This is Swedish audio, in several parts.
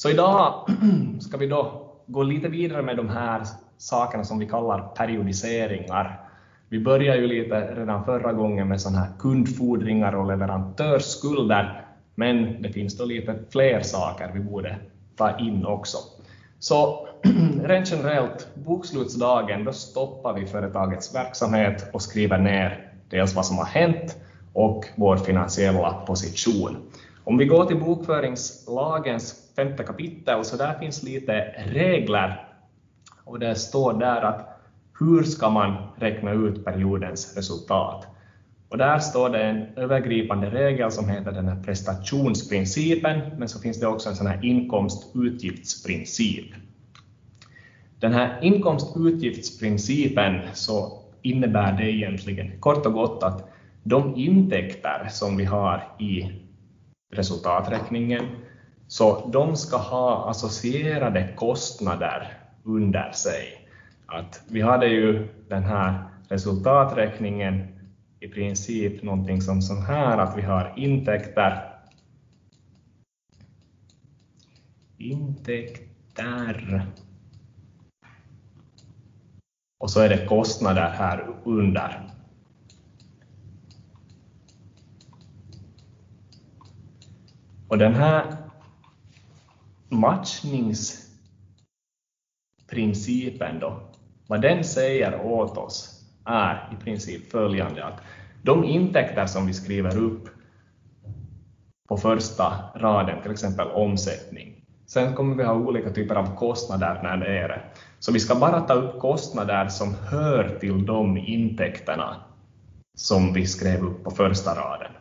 Så idag ska vi då gå lite vidare med de här sakerna som vi kallar periodiseringar. Vi började ju lite redan förra gången med sådana här kundfordringar och leverantörsskulder, men det finns då lite fler saker vi borde ta in också. Så rent generellt, bokslutsdagen, då stoppar vi företagets verksamhet och skriver ner dels vad som har hänt och vår finansiella position. Om vi går till bokföringslagens 5:e kapitel, så där finns lite regler, och det står där att hur ska man räkna ut periodens resultat. Och där står det en övergripande regel som heter den här prestationsprincipen, men så finns det också en sån här inkomst-utgiftsprincip. Den här inkomst-utgiftsprincipen, så innebär det egentligen kort och gott att de intäkter som vi har i resultaträkningen, så de ska ha associerade kostnader under sig. Att vi hade ju den här resultaträkningen i princip någonting som så här, att vi har intäkter och så är det kostnader här under. Och den här matchningsprincipen då, vad den säger åt oss är i princip följande, att de intäkter som vi skriver upp på första raden, till exempel omsättning, sen kommer vi ha olika typer av kostnader när det är det. Så vi ska bara ta upp kostnader som hör till de intäkterna som vi skrev upp på första raden.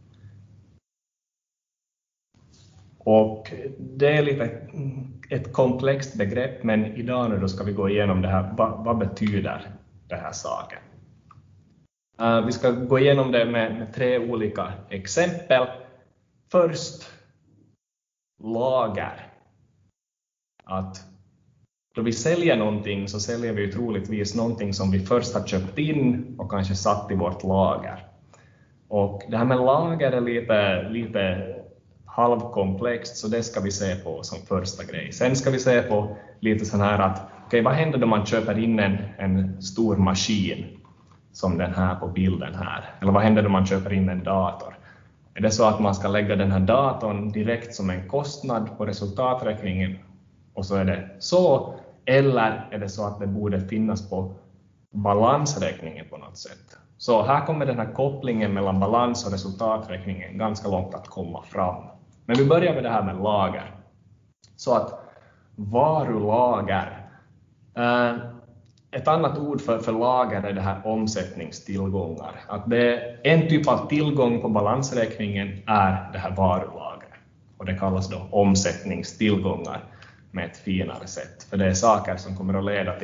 Och det är lite ett komplext begrepp, men idag nu då ska vi gå igenom det här. Vad betyder det här saken? Vi ska gå igenom det med 3 olika exempel. Först lager. Att då vi säljer någonting så säljer vi troligtvis någonting som vi först har köpt in och kanske satt i vårt lager. Och det här med lager är lite halvkomplext, så det ska vi se på som första grej. Sen ska vi se på lite sån här att vad händer då man köper in en stor maskin som den här på bilden här? Eller vad händer då man köper in en dator? Är det så att man ska lägga den här datorn direkt som en kostnad på resultaträkningen och så är det så? Eller är det så att det borde finnas på balansräkningen på något sätt? Så här kommer den här kopplingen mellan balans och resultaträkningen ganska långt att komma fram. Men vi börjar med det här med lager. Så att varulager. Ett annat ord för lager är det här omsättningstillgångar. Att det är en typ av tillgång på balansräkningen är det här varulager. Och det kallas då omsättningstillgångar med ett finare sätt. För det är saker som kommer att leda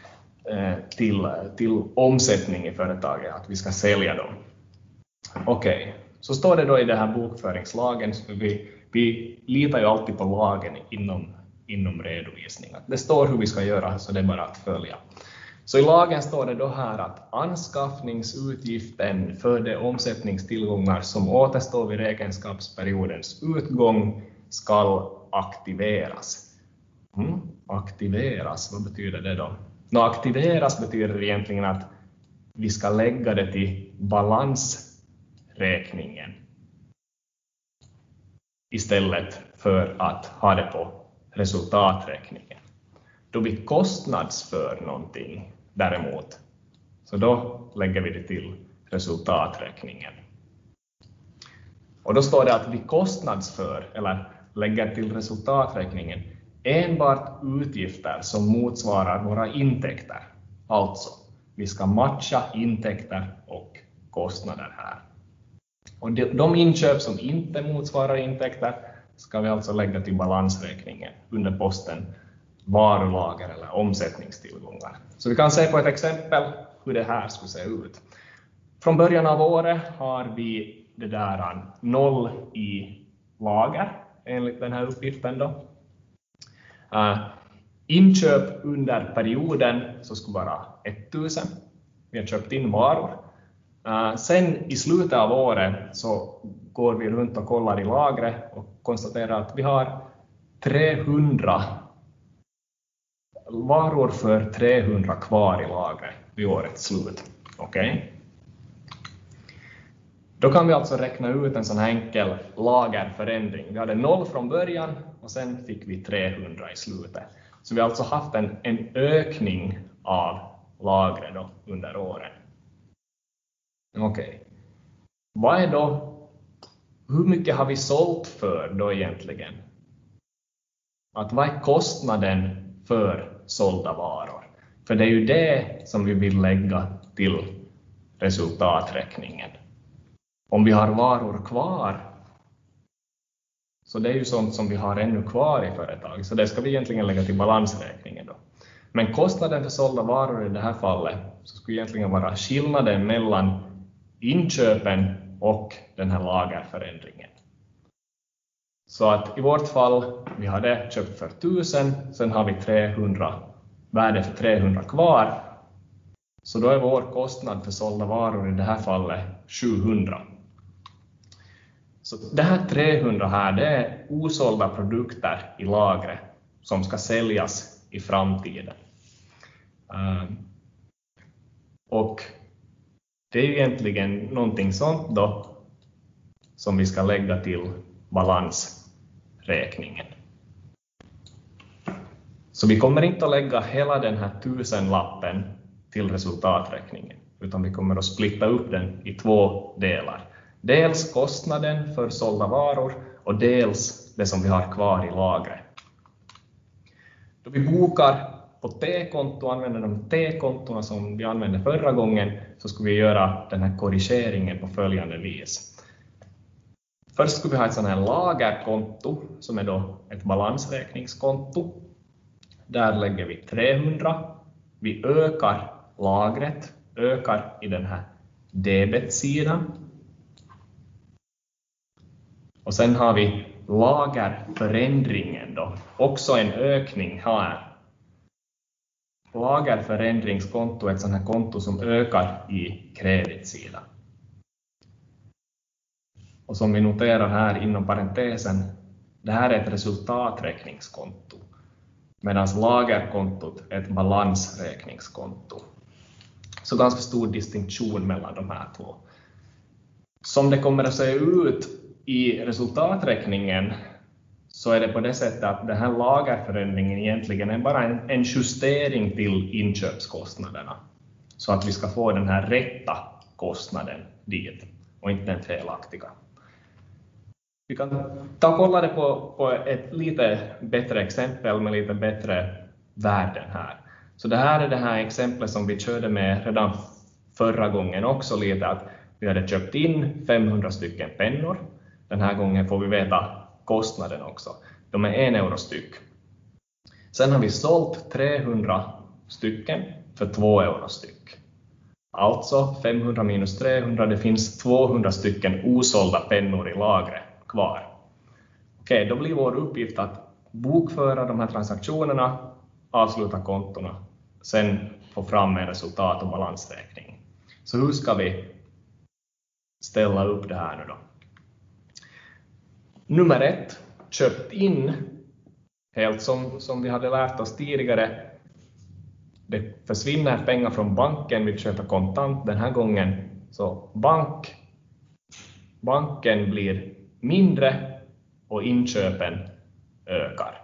till omsättning i företaget, att vi ska sälja dem. Okej, så står det då i den här bokföringslagen, så vi litar ju alltid på lagen inom redovisning. Det står hur vi ska göra, så det är bara att följa. Så i lagen står det då här att anskaffningsutgiften för de omsättningstillgångar som återstår vid räkenskapsperiodens utgång ska aktiveras. Aktiveras, vad betyder det då? Aktiveras betyder egentligen att vi ska lägga det till balansräkningen istället för att ha det på resultaträkningen. Då vi kostnadsför någonting däremot, så då lägger vi det till resultaträkningen. Och då står det att vi kostnadsför eller lägger till resultaträkningen enbart utgifter som motsvarar våra intäkter. Alltså, vi ska matcha intäkter och kostnader här. Och de inköp som inte motsvarar intäkter ska vi alltså lägga till balansräkningen under posten varulager eller omsättningstillgångar. Så vi kan se på ett exempel hur det här skulle se ut. Från början av året har vi det där 0 i lager enligt den här uppgiften då. Inköp under perioden så skulle vara 1000. Vi har köpt in varor. Sen i slutet av året så går vi runt och kollar i lagret och konstaterar att vi har 300 varor för 300 kvar i lagret vid årets slut. Okej? Då kan vi alltså räkna ut en sån här enkel lagerförändring. Vi hade 0 från början och sen fick vi 300 i slutet. Så vi har alltså haft en ökning av lagret då under åren. Okej. Vad är då, hur mycket har vi sålt för då egentligen? Vad är kostnaden för sålda varor? För det är ju det som vi vill lägga till resultaträkningen. Om vi har varor kvar, så det är ju sånt som vi har ännu kvar i företaget. Så det ska vi egentligen lägga till balansräkningen då. Men kostnaden för sålda varor i det här fallet så skulle egentligen vara skillnaden mellan inköpen och den här lagerförändringen. Så att i vårt fall, vi hade köpt för 1000, sen har vi 300, värde för 300 kvar. Så då är vår kostnad för sålda varor i det här fallet 700. Så det här 300 här, det är osålda produkter i lagret som ska säljas i framtiden. Och det är ju egentligen någonting sånt då som vi ska lägga till balansräkningen. Så vi kommer inte att lägga hela den här 1000-lappen till resultaträkningen, utan vi kommer att splitta upp den i 2 delar. Dels kostnaden för sålda varor och dels det som vi har kvar i lagret. Då vi bokar på T-konto, använder de T-kontona som vi använde förra gången, så ska vi göra den här korrigeringen på följande vis. Först ska vi ha ett sådant här lagerkonto som är då ett balansräkningskonto. Där lägger vi 300. Vi ökar lagret, ökar i den här debetsidan. Och sen har vi lagerförändringen då, också en ökning här. Lagerförändringskonto är ett sådant här konto som ökar i kreditsidan. Och som vi noterar här inom parentesen, det här är ett resultaträkningskonto. Medan lagerkontot är ett balansräkningskonto. Så ganska stor distinktion mellan de här två. Som det kommer att se ut i resultaträkningen så är det på det sättet att den här lagerförändringen egentligen är bara en justering till inköpskostnaderna. Så att vi ska få den här rätta kostnaden dit och inte den felaktiga. Vi kan ta och kolla det på ett lite bättre exempel med lite bättre värden här. Så det här är det här exemplet som vi körde med redan förra gången också lite, att vi hade köpt in 500 stycken pennor. Den här gången får vi veta kostnaden också. De är 1 euro styck. Sen har vi sålt 300 stycken för 2 euro styck. Alltså 500 minus 300, det finns 200 stycken osålda pennor i lagret kvar. Okej, då blir vår uppgift att bokföra de här transaktionerna, avsluta kontona, sen få fram en resultat- och balansräkning. Så hur ska vi ställa upp det här nu då? Nummer 1, köpt in, helt som vi hade lärt oss tidigare. Det försvinner pengar från banken, vi köper kontant den här gången. Så banken blir mindre och inköpen ökar.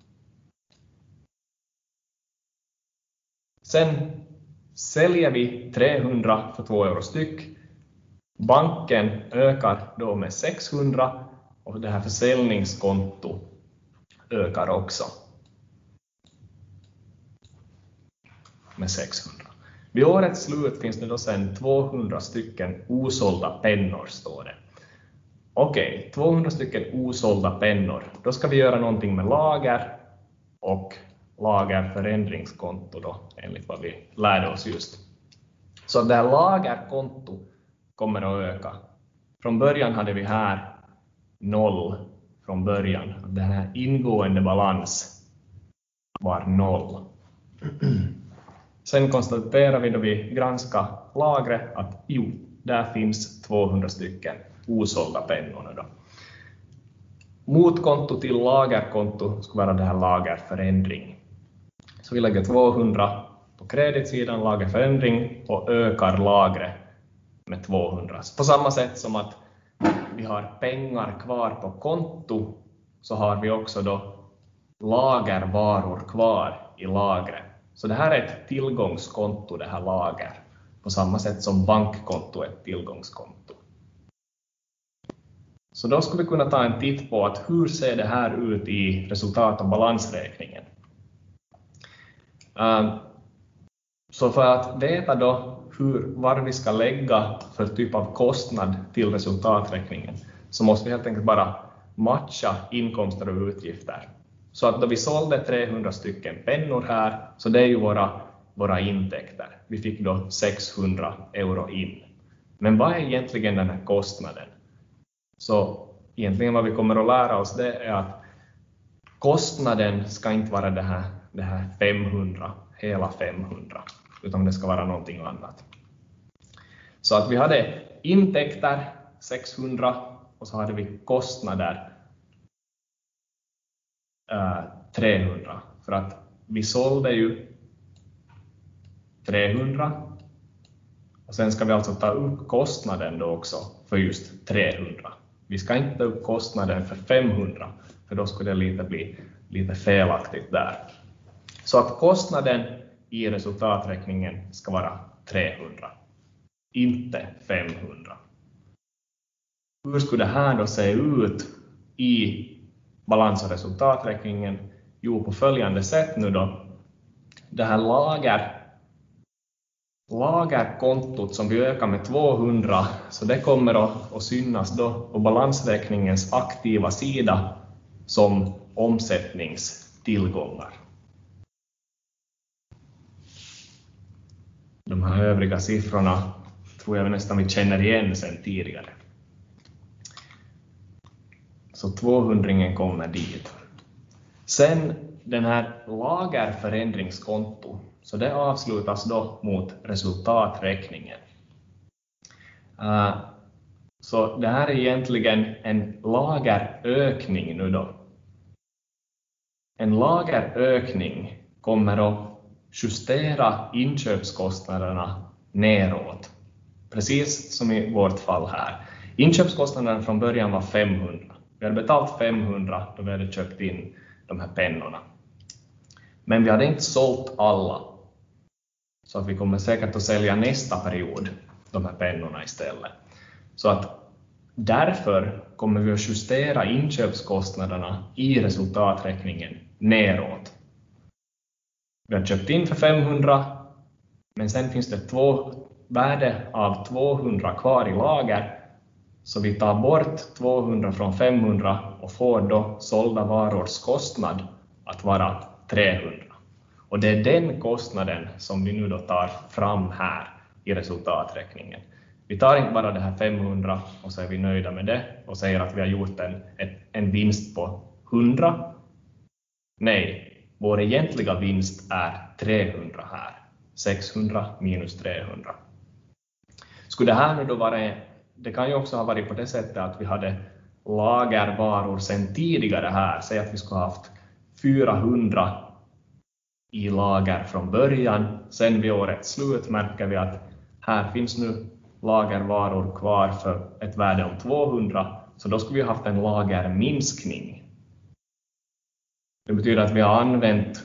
Sen säljer vi 300 för 2 euro styck. Banken ökar då med 600 och det här försäljningskonto ökar också med 600. Vid årets slut finns det då sedan 200 stycken osålda pennor, står det. Okej, 200 stycken osålda pennor. Då ska vi göra någonting med lager och lagerförändringskonto då, enligt vad vi lärde oss just. Så det här lagerkonto kommer att öka. Från början hade vi här 0 från början. Den här ingående balans var 0. Sen konstaterar vi då vi granskar lagret att där finns 200 stycken osålda pennor då. Motkonto till lagerkonto skulle vara det här lagerförändring. Så vi lägger 200 på kreditsidan, lagerförändring, och ökar lagret med 200. På samma sätt som att vi har pengar kvar på konto, så har vi också då lagervaror kvar i lagret. Så det här är ett tillgångskonto, det här lager. På samma sätt som bankkonto är ett tillgångskonto. Så då skulle vi kunna ta en titt på att hur ser det här ut i resultat- och balansräkningen. Så för att veta då var vi ska lägga för typ av kostnad till resultaträkningen, så måste vi helt enkelt bara matcha inkomster och utgifter. Så att då vi sålde 300 stycken pennor här, så det är ju våra intäkter. Vi fick då 600 euro in. Men vad är egentligen den här kostnaden? Så egentligen vad vi kommer att lära oss, det är att kostnaden ska inte vara det här 500, hela 500, utan det ska vara någonting annat. Så att vi hade intäkter 600 och så hade vi kostnader 300. För att vi sålde ju 300 och sen ska vi alltså ta upp kostnaden då också för just 300. Vi ska inte ta upp kostnaden för 500, för då skulle det bli lite felaktigt där. Så att kostnaden i resultaträkningen ska vara 300, inte 500. Hur skulle det här då se ut i balans- och resultaträkningen? Jo, på följande sätt nu då. Det här lagerkontot som vi ökar med 200, så det kommer att synas då på balansräkningens aktiva sida som omsättningstillgångar. De här övriga siffrorna tror jag nästan vi känner igen sedan tidigare. Så 200 kommer dit. Sen den här lagerförändringskonto, så det avslutas då mot resultaträkningen. Så det här är egentligen en lagerökning nu då. En lagerökning kommer att justera inköpskostnaderna neråt. Precis som i vårt fall här. Inköpskostnaden från början var 500. Vi hade betalt 500 då vi hade köpt in de här pennorna. Men vi hade inte sålt alla. Så att vi kommer säkert att sälja nästa period de här pennorna istället. Så att därför kommer vi att justera inköpskostnaderna i resultaträkningen neråt. Vi har köpt in för 500, men sen finns det värde av 200 kvar i lager. Så vi tar bort 200 från 500 och får då sålda varors kostnad att vara 300. Och det är den kostnaden som vi nu då tar fram här i resultaträkningen. Vi tar inte bara det här 500 och så är vi nöjda med det och säger att vi har gjort en vinst på 100. Nej, vår egentliga vinst är 300 här. 600 minus 300. Skulle det här nu då vara, det kan ju också ha varit på det sättet att vi hade lagervaror sedan tidigare här. Säg att vi skulle ha haft 400 i lager från början. Sen vid årets slut märker vi att här finns nu lagervaror kvar för ett värde om 200. Så då skulle vi ha haft en lagerminskning. Det betyder att vi har använt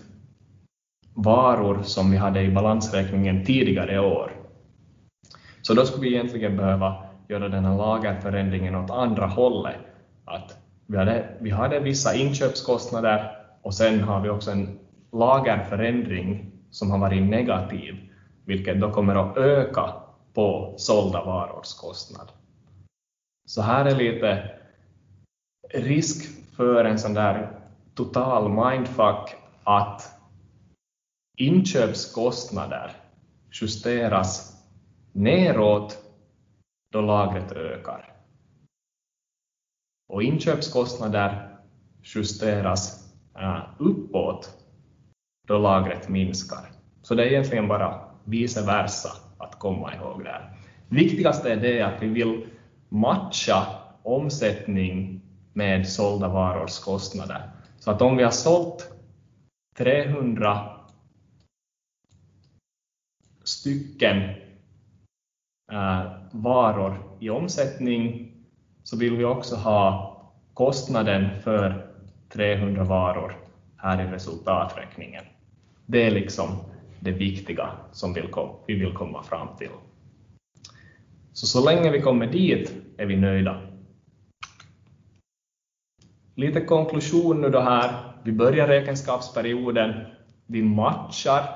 varor som vi hade i balansräkningen tidigare år. Så då skulle vi egentligen behöva göra den här lagerförändringen åt andra hållet. Att vi hade vissa inköpskostnader och sen har vi också en lagerförändring som har varit negativ, vilket då kommer att öka på sålda varors kostnad. Så här är lite risk för en sån där total mindfuck att inköpskostnader justeras neråt då lagret ökar. Och inköpskostnader justeras uppåt då lagret minskar. Så det är egentligen bara vice versa att komma ihåg det här. Viktigast är det att vi vill matcha omsättning med sålda varors kostnader. Så att om vi har sålt 300 stycken varor i omsättning, så vill vi också ha kostnaden för 300 varor här i resultaträkningen. Det är liksom det viktiga som vi vill komma fram till. Så länge vi kommer dit är vi nöjda. Lite konklusion nu då här. Vi börjar räkenskapsperioden. Vi matchar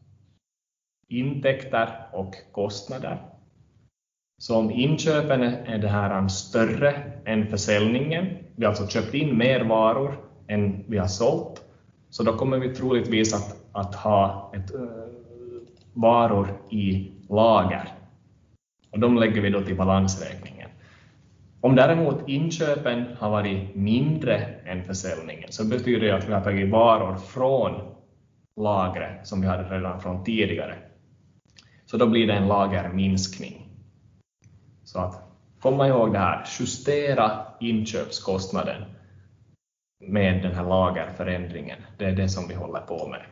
intäkter och kostnader. Så om inköpen är det här större än försäljningen, vi har alltså köpt in mer varor än vi har sålt, så då kommer vi troligtvis att ha varor i lager. Och de lägger vi då till balansräkningen. Om däremot inköpen har varit mindre än försäljningen, så betyder det att vi har tagit varor från lagret som vi hade redan från tidigare. Så då blir det en lagerminskning. Så att komma ihåg det här, justera inköpskostnaden med den här lagerförändringen. Det är det som vi håller på med.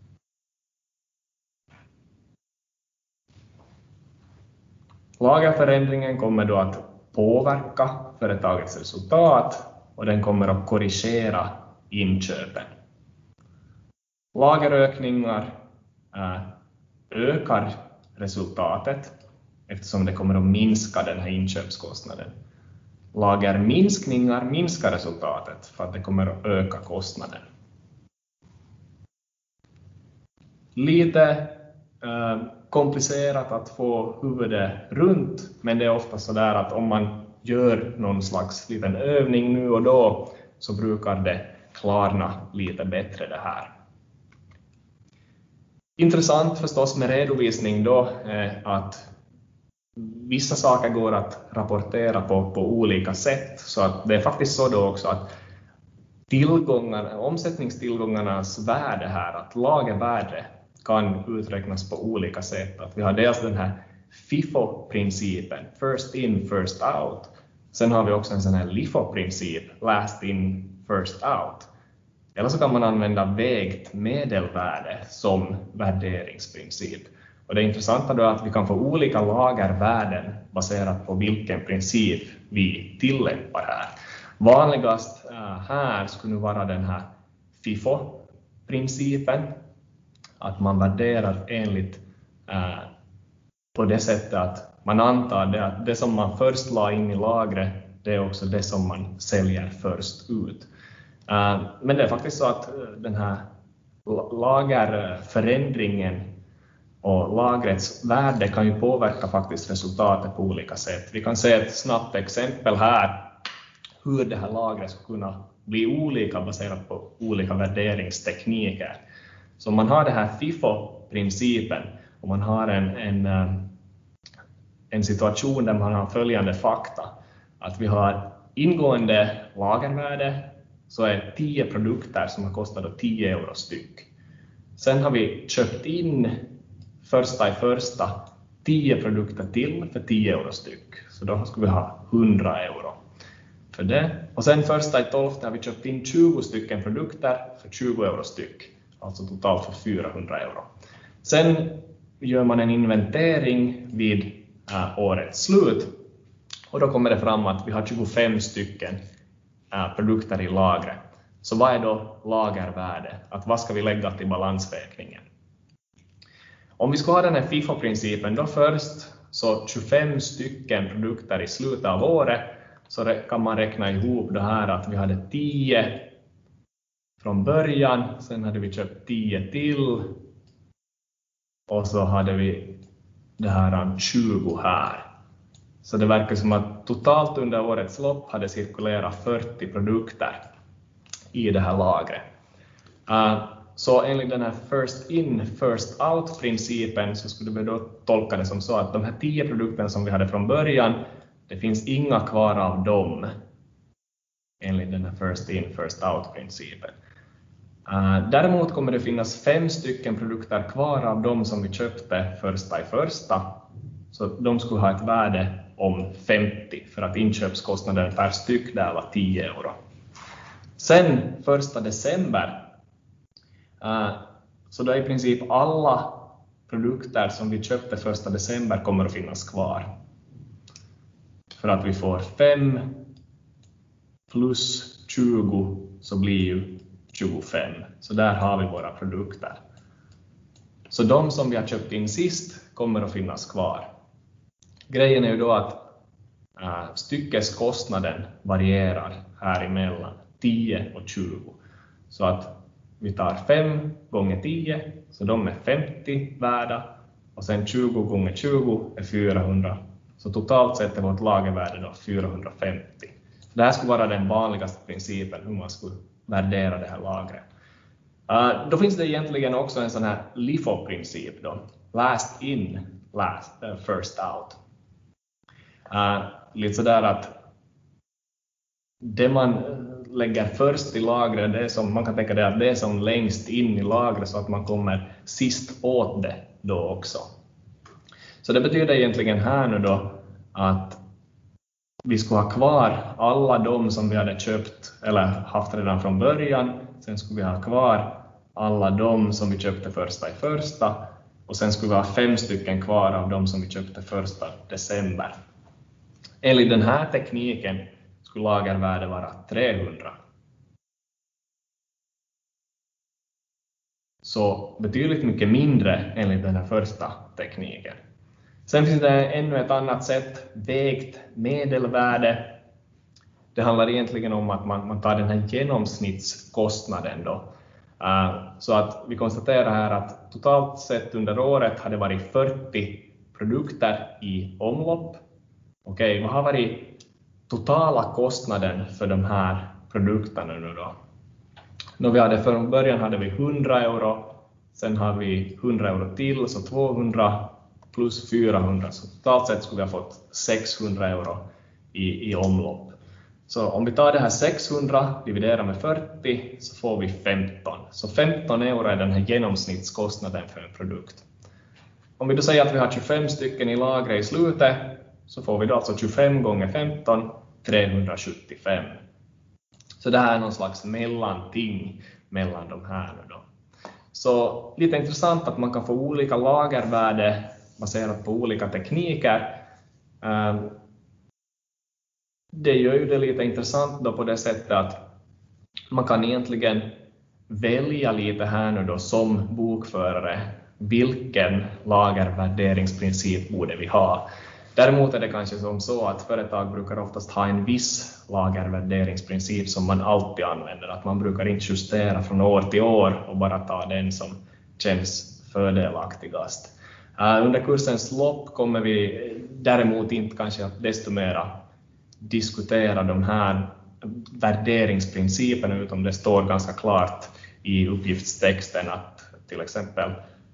Lagerförändringen kommer då att påverka företagets resultat och den kommer att korrigera inköpen. Lagerökningar ökar resultatet eftersom det kommer att minska den här inköpskostnaden. Lagerminskningar minskar resultatet för att det kommer att öka kostnaden. Lite komplicerat att få huvudet runt, men det är ofta så där att om man gör någon slags liten övning nu och då, så brukar det klarna lite bättre det här. Intressant förstås med redovisning då är att vissa saker går att rapportera på olika sätt, så att det är faktiskt så då också att omsättningstillgångarnas värde här, att lagervärde kan uträknas på olika sätt. Att vi har dels den här FIFO-principen, first in, first out. Sen har vi också en sån här LIFO-princip, last in, first out. Eller så kan man använda vägt medelvärde som värderingsprincip. Och det intressanta då är att vi kan få olika lagervärden baserat på vilken princip vi tillämpar här. Vanligast här skulle vara den här FIFO-principen. Att man värderar enligt på det sättet att man antar att det som man först la in i lagret, det är också det som man säljer först ut. Men det är faktiskt så att den här lagerförändringen och lagrets värde kan ju påverka faktiskt resultatet på olika sätt. Vi kan se ett snabbt exempel här hur det här lagret ska kunna bli olika baserat på olika värderingstekniker. Så om man har det här FIFO-principen och man har en situation där man har följande fakta. Att vi har ingående lagervärde, så är 10 produkter som har kostat 10 euro styck. Sen har vi köpt in första 10 produkter till för 10 euro styck. Så då skulle vi ha 100 euro för det. Och sen 1/12 har vi köpt in 20 stycken produkter för 20 euro styck. Alltså totalt för 400 euro. Sen gör man en inventering vid årets slut. Och då kommer det fram att vi har 25 stycken produkter i lagret. Så vad är då lagervärde? Att vad ska vi lägga till balansräkningen? Om vi ska ha den här FIFO-principen, då först så 25 stycken produkter i slutet av året, så kan man räkna ihop det här att vi hade 10 från början, sen hade vi köpt 10 till och så hade vi det här 20 här. Så det verkar som att totalt under årets lopp hade cirkulerat 40 produkter i det här lagret. Så enligt den här first in, first out principen så skulle vi då tolka det som så att de här 10 produkterna som vi hade från början, det finns inga kvar av dem enligt den här first in, first out principen. Däremot kommer det finnas 5 stycken produkter kvar av dem som vi köpte första. Så de skulle ha ett värde om 50 för att inköpskostnaden per styck där var 10 euro. Sen 1 december så då i princip alla produkter som vi köpte 1 december kommer att finnas kvar. För att vi får 5 plus 20 så blir ju 25. Så där har vi våra produkter. Så de som vi har köpt in sist kommer att finnas kvar. Grejen är ju då att styckeskostnaden varierar här emellan 10 och 20. Så att vi tar 5 gånger 10, så de är 50 värda. Och sen 20 gånger 20 är 400. Så totalt sett är vårt lagervärde då 450. Det här skulle vara den vanligaste principen hur man skulle värdera det här lagret. Då finns det egentligen också en sån här LIFO-princip då. Last in, first out. Lite sådär att det man lägger först i lagret, det är som, man kan tänka det att det är som längst in i lagret så att man kommer sist åt det då också. Så det betyder egentligen här nu då att vi skulle ha kvar alla de som vi hade köpt eller haft redan från början. Sen skulle vi ha kvar alla de som vi köpte första. Och sen skulle vi ha 5 stycken kvar av de som vi köpte 1 december. Enligt den här tekniken skulle lagervärdet vara 300. Så betydligt mycket mindre enligt den här första tekniken. Sen finns det ännu ett annat sätt, vägt medelvärde. Det handlar egentligen om att man tar den här genomsnittskostnaden då. Så att vi konstaterar här att totalt sett under året har det varit 40 produkter i omlopp. Okej, vad har varit totala kostnaden för de här produkterna nu då? Från början hade vi 100 euro, sen har vi 100 euro till, så 200 plus 400. Så totalt sett skulle vi ha fått 600 euro i omlopp. Så om vi tar det här 600 dividerar med 40 så får vi 15. Så 15 euro är den här genomsnittskostnaden för en produkt. Om vi då säger att vi har 25 stycken i lagret i slutet så får vi då alltså 25 gånger 15, 375. Så det här är någon slags mellanting mellan de här nu då. Så lite intressant att man kan få olika lagervärde baserat på olika tekniker. Det gör ju det lite intressant då på det sättet att man kan egentligen välja lite här nu då som bokförare vilken lagervärderingsprincip borde vi ha. Däremot är det kanske som så att företag brukar oftast ha en viss lagervärderingsprincip som man alltid använder. Att man brukar inte justera från år till år och bara ta den som känns fördelaktigast. Under kursens lopp kommer vi däremot inte kanske att desto mera diskutera de här värderingsprinciperna utan det står ganska klart i uppgiftstexten att till exempel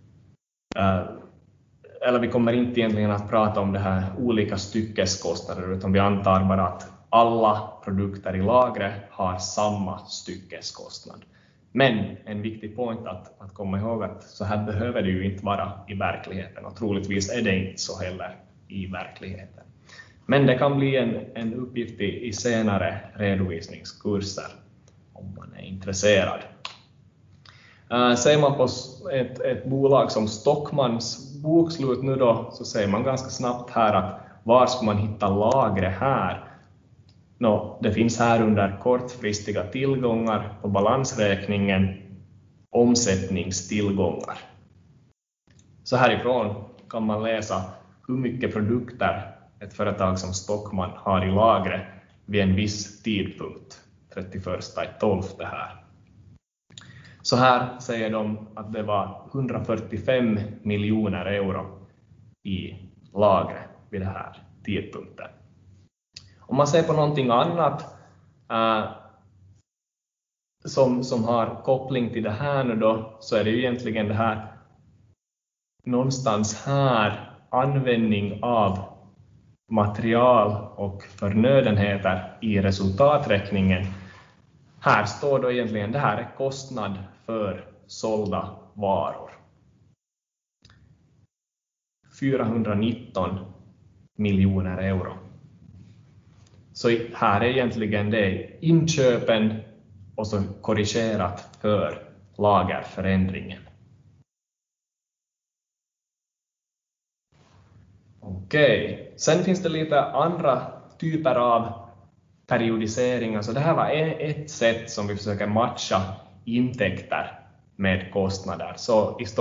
eller vi kommer inte egentligen att prata om det här olika styckeskostnader utan vi antar bara att alla produkter i lagret har samma styckeskostnad. Men en viktig point att komma ihåg att så här behöver det ju inte vara i verkligheten och troligtvis är det inte så heller i verkligheten. Men det kan bli en uppgift i senare redovisningskurser om man är intresserad. Ser man på ett bolag som Stockmans bokslut nu då så ser man ganska snabbt här att var ska man hitta lagret här? Det finns här under kortfristiga tillgångar på balansräkningen omsättningstillgångar. Så härifrån kan man läsa hur mycket produkter ett företag som Stockman har i lagret vid en viss tidpunkt, 31/12 här. Så här säger de att det var 145 miljoner euro i lagret vid den här tidpunkten. Om man ser på någonting annat som har koppling till det här nu då, så är det ju egentligen det här någonstans här användning av material och förnödenheter i resultaträkningen. Här står då egentligen det här är kostnad för sålda varor. 419 miljoner euro. Så här är egentligen det inköpen och så korrigerat för lagerförändringen. Okej, sen finns det lite andra typer av periodiseringar. Så det här var ett sätt som vi försöker matcha intäkter med kostnader. Så i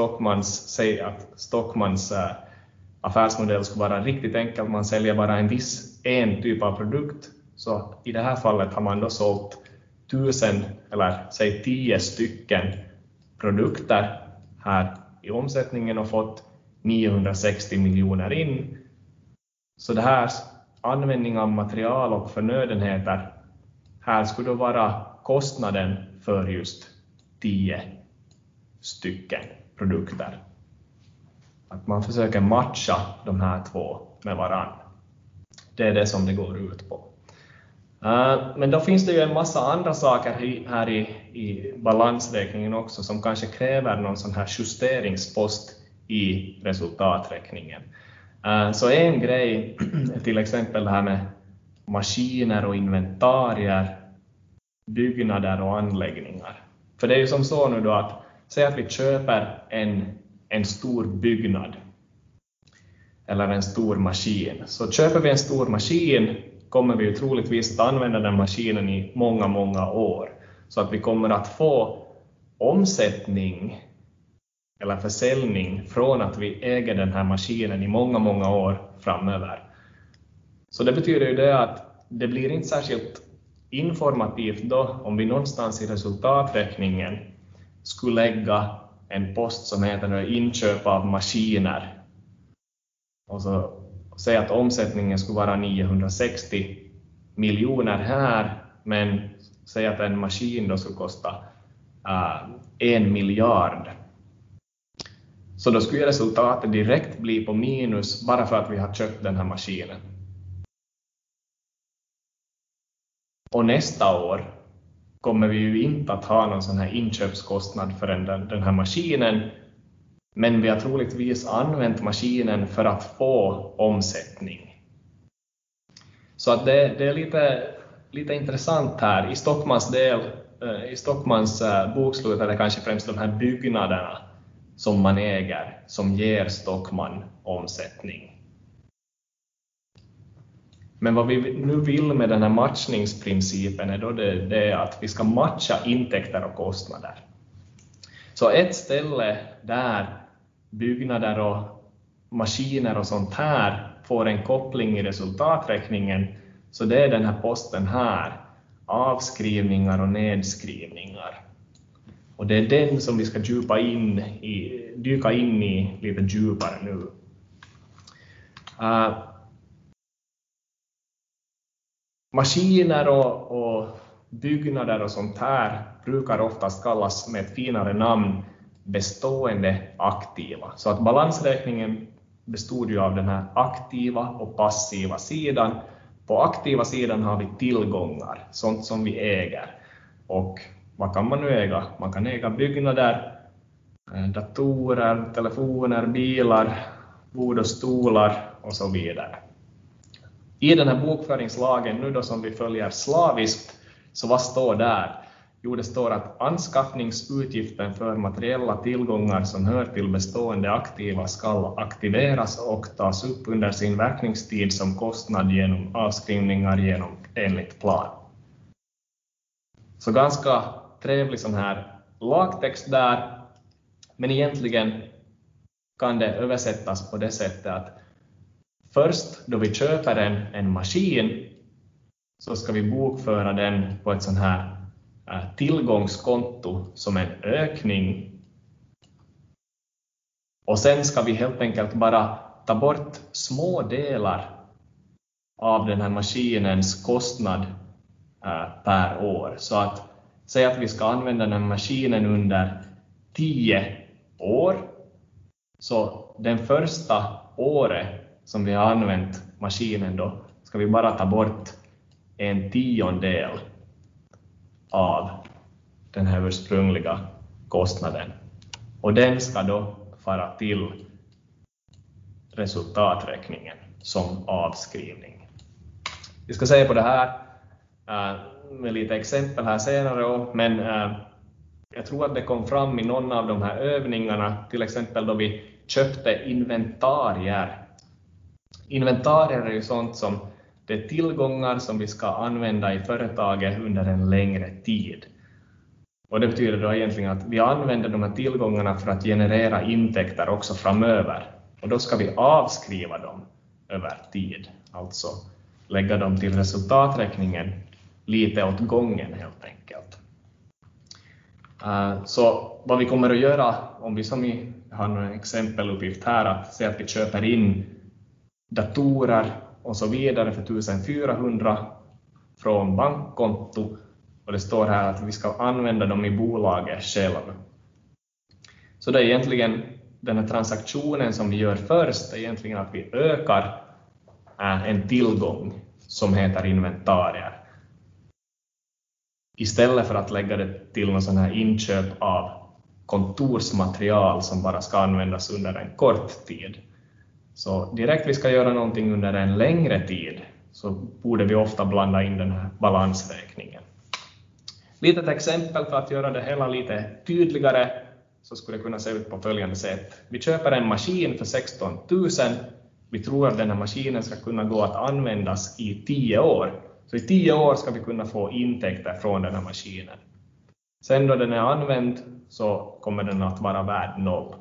Stockmans affärsmodell skulle vara riktigt enkelt. Man säljer bara en typ av produkt. Så i det här fallet har man då sålt 1000 eller säg 10 stycken produkter här i omsättningen och fått 960 miljoner in. Så det här användning av material och förnödenheter här skulle då vara kostnaden för just 10 stycken produkter. Att man försöker matcha de här två med varann. Det är det som det går ut på. Men då finns det ju en massa andra saker här i balansräkningen också som kanske kräver någon sån här justeringspost i resultaträkningen. Så en grej är till exempel det här med maskiner och inventarier, byggnader och anläggningar. För det är ju som så nu då att säg att vi köper en stor byggnad eller en stor maskin. Så köper vi en stor maskin kommer vi ju troligtvis att använda den maskinen i många år. Så att vi kommer att få omsättning eller försäljning från att vi äger den här maskinen i många år framöver. Så det betyder ju det att det blir inte särskilt informativt då om vi någonstans i resultaträkningen skulle lägga en post som heter inköp av maskiner. Och så säga att omsättningen skulle vara 960 miljoner här, men säg att en maskin då skulle kosta 1 miljard. Så då skulle resultatet direkt bli på minus bara för att vi har köpt den här maskinen. Och nästa år kommer vi ju inte att ha någon sån här inköpskostnad för den här maskinen. Men vi har troligtvis använt maskinen för att få omsättning. Så att det är lite intressant här. I Stockmans bokslut är det kanske främst de här byggnaderna som man äger som ger Stockman omsättning. Men vad vi nu vill med den här matchningsprincipen är då det är att vi ska matcha intäkter och kostnader. Så ett ställe där byggnader och maskiner och sånt här får en koppling i resultaträkningen, så det är den här posten här, avskrivningar och nedskrivningar. Och det är den som vi ska dyka in i lite djupare nu. Maskiner och byggnader och sånt här brukar oftast kallas med ett finare namn bestående aktiva. Så att balansräkningen bestod ju av den här aktiva och passiva sidan. På aktiva sidan har vi tillgångar, sånt som vi äger. Och vad kan man nu äga? Man kan äga byggnader, datorer, telefoner, bilar, bord och stolar och så vidare. I den här bokföringslagen nu då som vi följer slaviskt, så vad står där? Jo, det står att anskaffningsutgiften för materiella tillgångar som hör till bestående aktiva ska aktiveras och tas upp under sin verkningstid som kostnad genom avskrivningar enligt plan. Så ganska trevlig sån här lagtext där, men egentligen kan det översättas på det sättet att först då vi köper en maskin så ska vi bokföra den på ett sån här tillgångskonto som en ökning. Och sen ska vi helt enkelt bara ta bort små delar av den här maskinens kostnad per år. Så att säga att vi ska använda den här maskinen under 10 år. Så den första året som vi har använt maskinen då ska vi bara ta bort 1/10 av den här ursprungliga kostnaden. Och den ska då fara till resultaträkningen. som avskrivning. Vi ska se på det här med lite exempel här senare, men jag tror att det kom fram i någon av de här övningarna, till exempel då vi köpte inventarier. Inventarier är ju sånt som det är tillgångar som vi ska använda i företaget under en längre tid. Och det betyder då egentligen att vi använder de här tillgångarna för att generera intäkter också framöver. Och då ska vi avskriva dem över tid. Alltså lägga dem till resultaträkningen lite åt gången helt enkelt. Så vad vi kommer att göra, om vi som vi har en exempeluppgift här, att säga att vi köper in datorer och så vidare för 1400 från bankkonto, och det står här att vi ska använda dem i bolaget själv. Så det är egentligen den här transaktionen som vi gör först, är egentligen att vi ökar en tillgång som heter inventarier. Istället för att lägga det till någon sån här inköp av kontorsmaterial som bara ska användas under en kort tid. Så direkt vi ska göra någonting under en längre tid, så borde vi ofta blanda in den här balansräkningen. Litet exempel för att göra det hela lite tydligare, så skulle det kunna se ut på följande sätt. Vi köper en maskin för 16 000. Vi tror att den här maskinen ska kunna gå att användas i 10 år. Så i 10 år ska vi kunna få intäkter från den här maskinen. Sen då den är använd så kommer den att vara värd 0.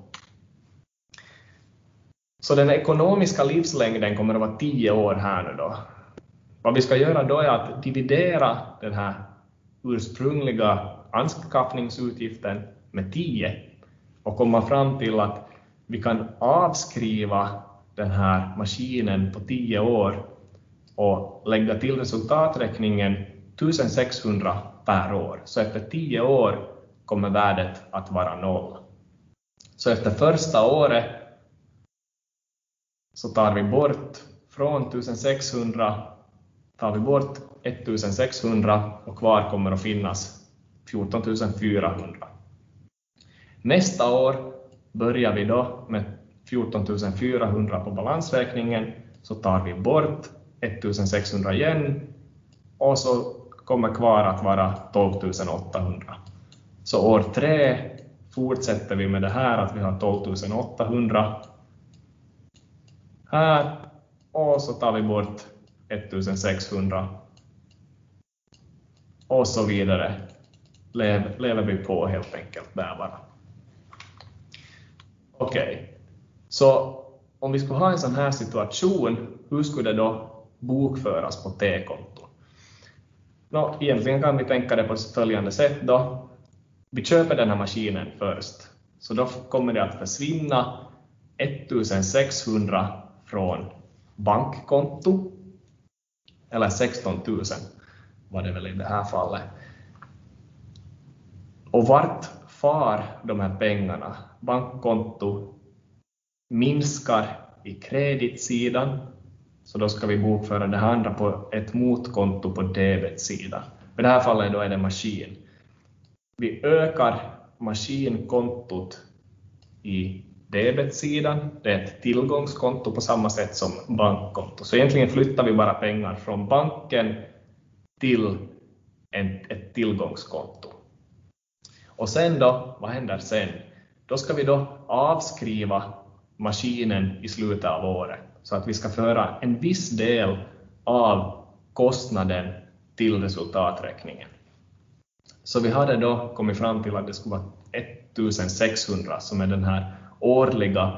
Så den ekonomiska livslängden kommer att vara 10 år här nu då. Vad vi ska göra då är att dividera den här ursprungliga anskaffningsutgiften med 10 och komma fram till att vi kan avskriva den här maskinen på 10 år och lägga till resultaträkningen 1600 per år. Så efter 10 år kommer värdet att vara 0. Så efter första året så tar vi bort från 1600 tar vi bort 1600 och kvar kommer att finnas 14 400. Nästa år börjar vi då med 14 400 på balansräkningen, så tar vi bort 1600 igen och så kommer kvar att vara 12 800. Så år 3 fortsätter vi med det här att vi har 12 800 här och så tar vi bort 1600 och så vidare. Lever vi på helt enkelt där bara. Okej. Så om vi skulle ha en sån här situation, hur skulle det då bokföras på T-konto? Egentligen kan vi tänka det på följande sätt då. Vi köper den här maskinen först. Så då kommer det att försvinna 1600 från bankkonto. Eller 16 000 var det väl i det här fallet. Och vart far de här pengarna? Bankkonto minskar i kreditsidan. Så då ska vi bokföra det andra på ett motkonto på debetsidan. I det här fallet då är det maskin. Vi ökar maskinkontot i debetsidan. Det är ett tillgångskonto på samma sätt som bankkonto. Så egentligen flyttar vi bara pengar från banken till ett tillgångskonto. Och sen då, vad händer sen? Då ska vi då avskriva maskinen i slutet av året. Så att vi ska föra en viss del av kostnaden till resultaträkningen. Så vi hade då kommit fram till att det skulle vara 1600 som är den här årliga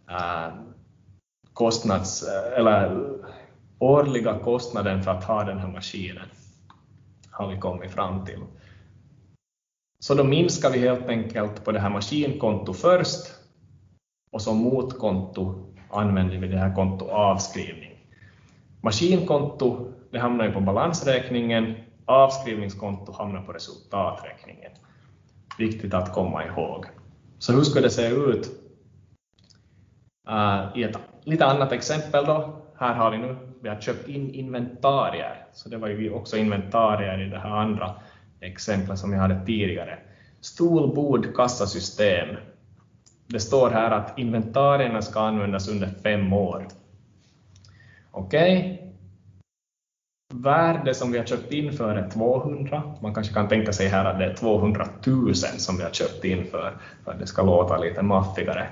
årliga kostnaden för att ha den här maskinen. Har vi kommit fram till. Så då minskar vi helt enkelt på det här maskinkonto först. Och som motkonto använder vi det här konto avskrivning. Maskinkonto, det hamnar ju på balansräkningen. Avskrivningskonto hamnar på resultaträkningen. Viktigt att komma ihåg. Så hur ska det se ut? I ett lite annat exempel då. Här har vi har köpt in inventarier. Så det var ju också inventarier i det här andra exemplet som jag hade tidigare. Stol, bord, kassasystem. Det står här att inventarierna ska användas under 5 år. Okej. Värde som vi har köpt in för är 200. Man kanske kan tänka sig här att det är 200 000 som vi har köpt in för att det ska låta lite maffigare.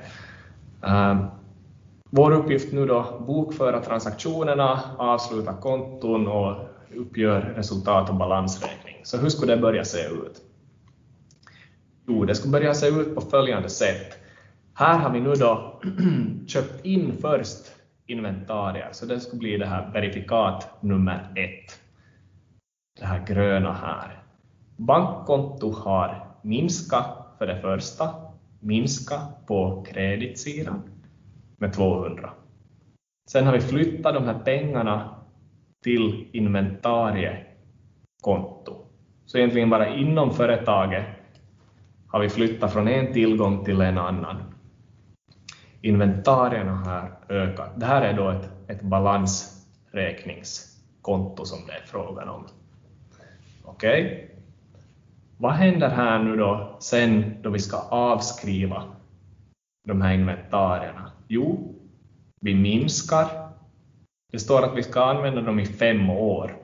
Vår uppgift nu då, bokföra transaktionerna, avsluta konton och uppgör resultat- och balansräkning. Så hur skulle det börja se ut? Jo, det skulle börja se ut på följande sätt. Här har vi nu då köpt in först inventarier, så det skulle bli det här verifikat nummer 1. Det här gröna här. Bankkonto har minskat för det första, minskat på kreditsidan med 200. Sen har vi flyttat de här pengarna till inventariekonto. Så egentligen bara inom företaget har vi flyttat från en tillgång till en annan. Inventarierna har ökat. Det här är då ett balansräkningskonto som det är frågan om. Okej. Vad händer här nu då sen då vi ska avskriva de här inventarierna? Jo, vi minskar. Det står att vi ska använda dem i 5 år.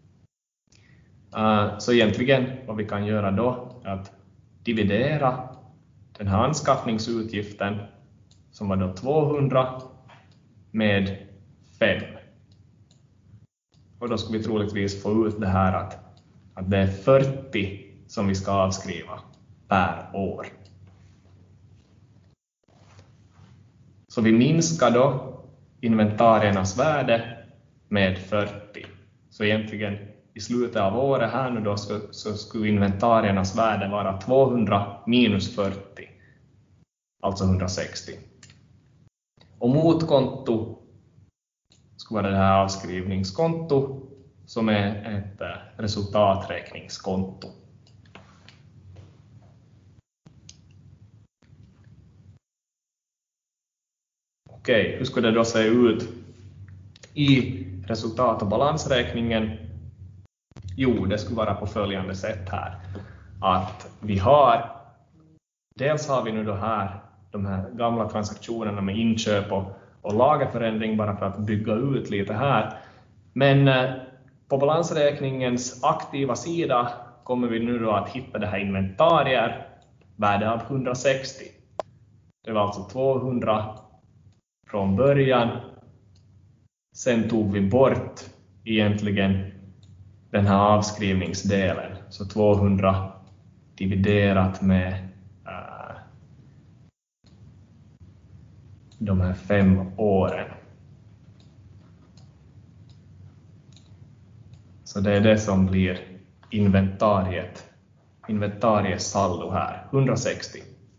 Så egentligen vad vi kan göra då är att dividera den här anskaffningsutgiften som var då 200 med 5. Och då ska vi troligtvis få ut det här att det är 40 som vi ska avskriva per år. Så vi minskar då inventariernas värde med 40. Så egentligen i slutet av året här nu då så skulle inventariernas värde vara 200 minus 40. Alltså 160. Och motkonto skulle vara det här avskrivningskonto som är ett resultaträkningskonto. Okej, hur skulle det då se ut i resultat- och balansräkningen? Jo, det skulle vara på följande sätt här. Att dels har vi nu då här de här gamla transaktionerna med inköp och lagerförändring bara för att bygga ut lite här. Men på balansräkningens aktiva sida kommer vi nu då att hitta det här inventarier värde av 160. Det var alltså 200 från början. Sen tog vi bort egentligen den här avskrivningsdelen. Så 200 dividerat med de här 5 åren. Så det är det som blir inventariesaldo här, 160.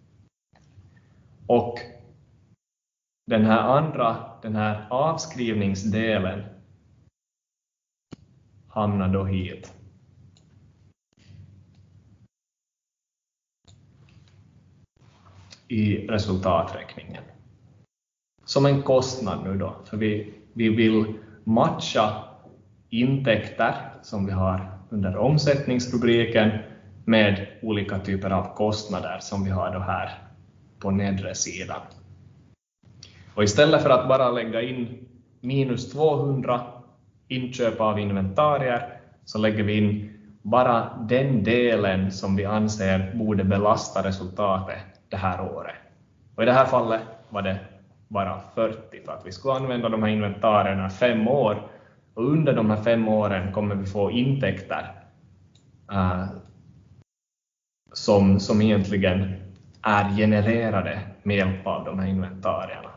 Och den här avskrivningsdelen hamnar då hit. I resultaträkningen. Som en kostnad nu då, för vi vill matcha intäkter som vi har under omsättningsrubriken med olika typer av kostnader som vi har då här på nedre sidan. Och istället för att bara lägga in minus 200 inköp av inventarier så lägger vi in bara den delen som vi anser borde belasta resultatet det här året. Och i det här fallet var det bara 40 för att vi skulle använda de här inventarierna 5 år. Och under de här 5 åren kommer vi få intäkter som egentligen är genererade med hjälp av de här inventarierna.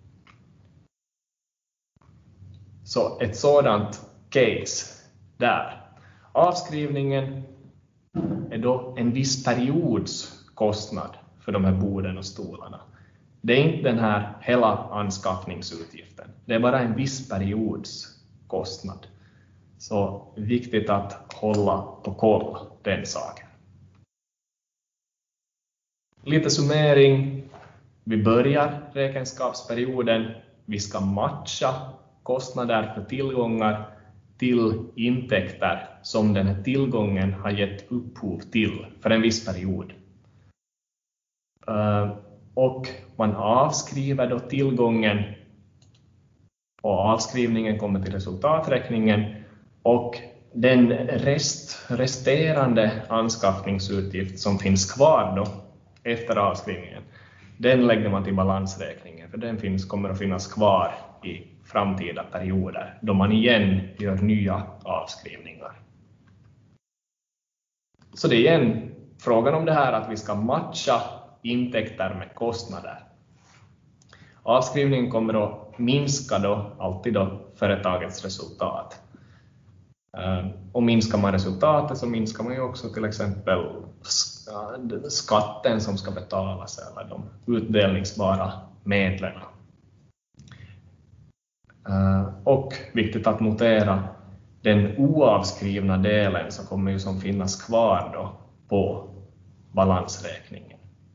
Så ett sådant case där. Avskrivningen är då en viss periods kostnad för de här borden och stolarna. Det är inte den här hela anskaffningsutgiften. Det är bara en viss periods kostnad. Så viktigt att hålla på koll den saken. Lite summering. Vi börjar räkenskapsperioden. Vi ska matcha kostnader för tillgångar till intäkter som den här tillgången har gett upphov till för en viss period. Och man avskriver då tillgången och avskrivningen kommer till resultaträkningen, och den resterande anskaffningsutgift som finns kvar då efter avskrivningen, den lägger man till balansräkningen, för den kommer att finnas kvar i framtida perioder då man igen gör nya avskrivningar. Så det är igen frågan om det här att vi ska matcha intäkter med kostnader. Avskrivningen kommer att minska då alltid då företagets resultat. Och minskar man resultatet så minskar man ju också till exempel skatten som ska betalas eller de utdelningsbara medlen. Och viktigt att notera, den oavskrivna delen så kommer ju som finnas kvar då på balansräkningen.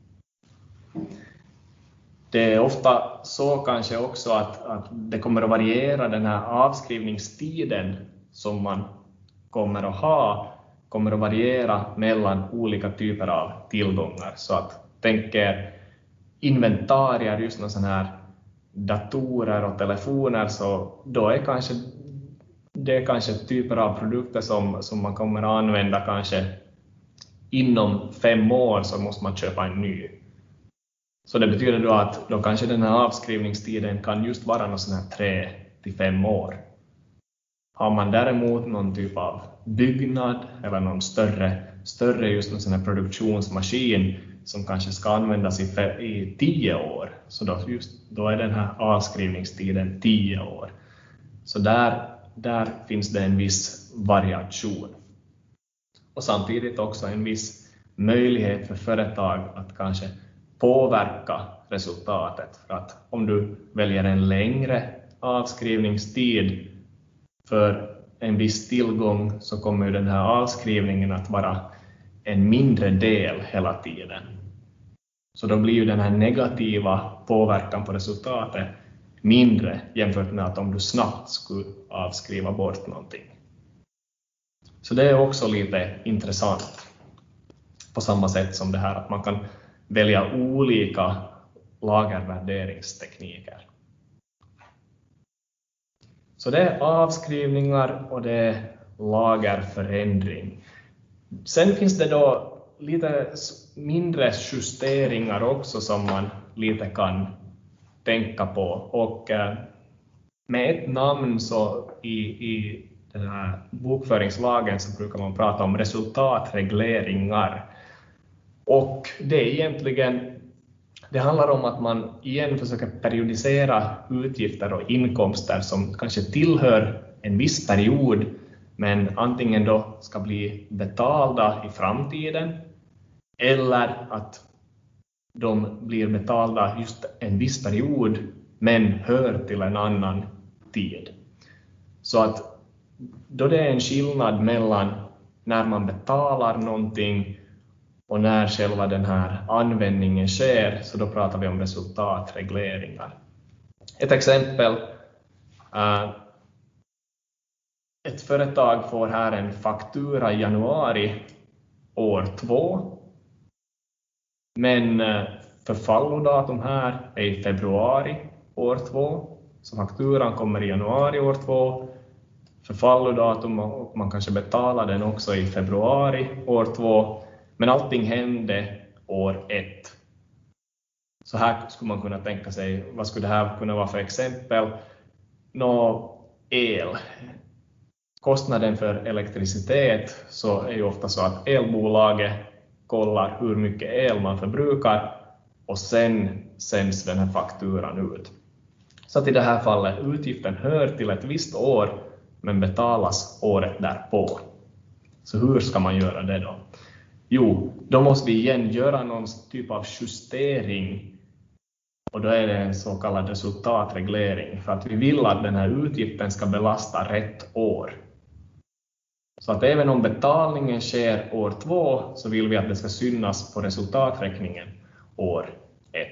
Det är ofta så kanske också att det kommer att variera, den här avskrivningstiden som man kommer att ha kommer att variera mellan olika typer av tillgångar. Så att tänk er inventarier, just någon sån här datorer och telefoner, så då är det kanske typer av produkter som man kommer att använda kanske inom 5 år, så måste man köpa en ny. Så det betyder då att då kanske den här avskrivningstiden kan just vara någon sån här 3 till 5 år. Har man däremot någon typ av byggnad eller någon större just någon sån här produktionsmaskin som kanske ska användas i 10 år, så då är den här avskrivningstiden 10 år. Så där finns det en viss variation. Och samtidigt också en viss möjlighet för företag att kanske påverka resultatet. För att om du väljer en längre avskrivningstid för en viss tillgång, så kommer ju den här avskrivningen att vara en mindre del hela tiden. Så då blir ju den här negativa påverkan på resultatet mindre jämfört med att om du snabbt skulle avskriva bort någonting. Så det är också lite intressant. På samma sätt som det här att man kan välja olika lagervärderingstekniker. Så det är avskrivningar och det är lagerförändring. Sen finns det då lite mindre justeringar också som man lite kan tänka på. Och med ett namn så i den här bokföringslagen så brukar man prata om resultatregleringar. Och det är egentligen, det handlar om att man igen försöker periodisera utgifter och inkomster som kanske tillhör en viss period, men antingen då ska bli betalda i framtiden eller att de blir betalda just en viss period men hör till en annan tid. Så att då det är en skillnad mellan när man betalar någonting och när själva den här användningen sker, så då pratar vi om resultatregleringar. Ett exempel. Ett företag får här en faktura i januari år 2. Men förfallodatum här är i februari år 2. Så fakturan kommer i januari år 2. Förfallodatum, och man kanske betalar den också i februari år 2. Men allting hände år 1. Så här skulle man kunna tänka sig, vad skulle det här kunna vara för exempel? El. Kostnaden för elektricitet, så är ju ofta så att elbolaget kollar hur mycket el man förbrukar och sen sänds den här fakturan ut. Så att i det här fallet utgiften hör till ett visst år men betalas året därpå. Så hur ska man göra det då? Jo, då måste vi igen göra någon typ av justering, och då är det en så kallad resultatreglering, för att vi vill att den här utgiften ska belasta rätt år. Så att även om betalningen sker år 2 så vill vi att det ska synas på resultaträkningen år 1.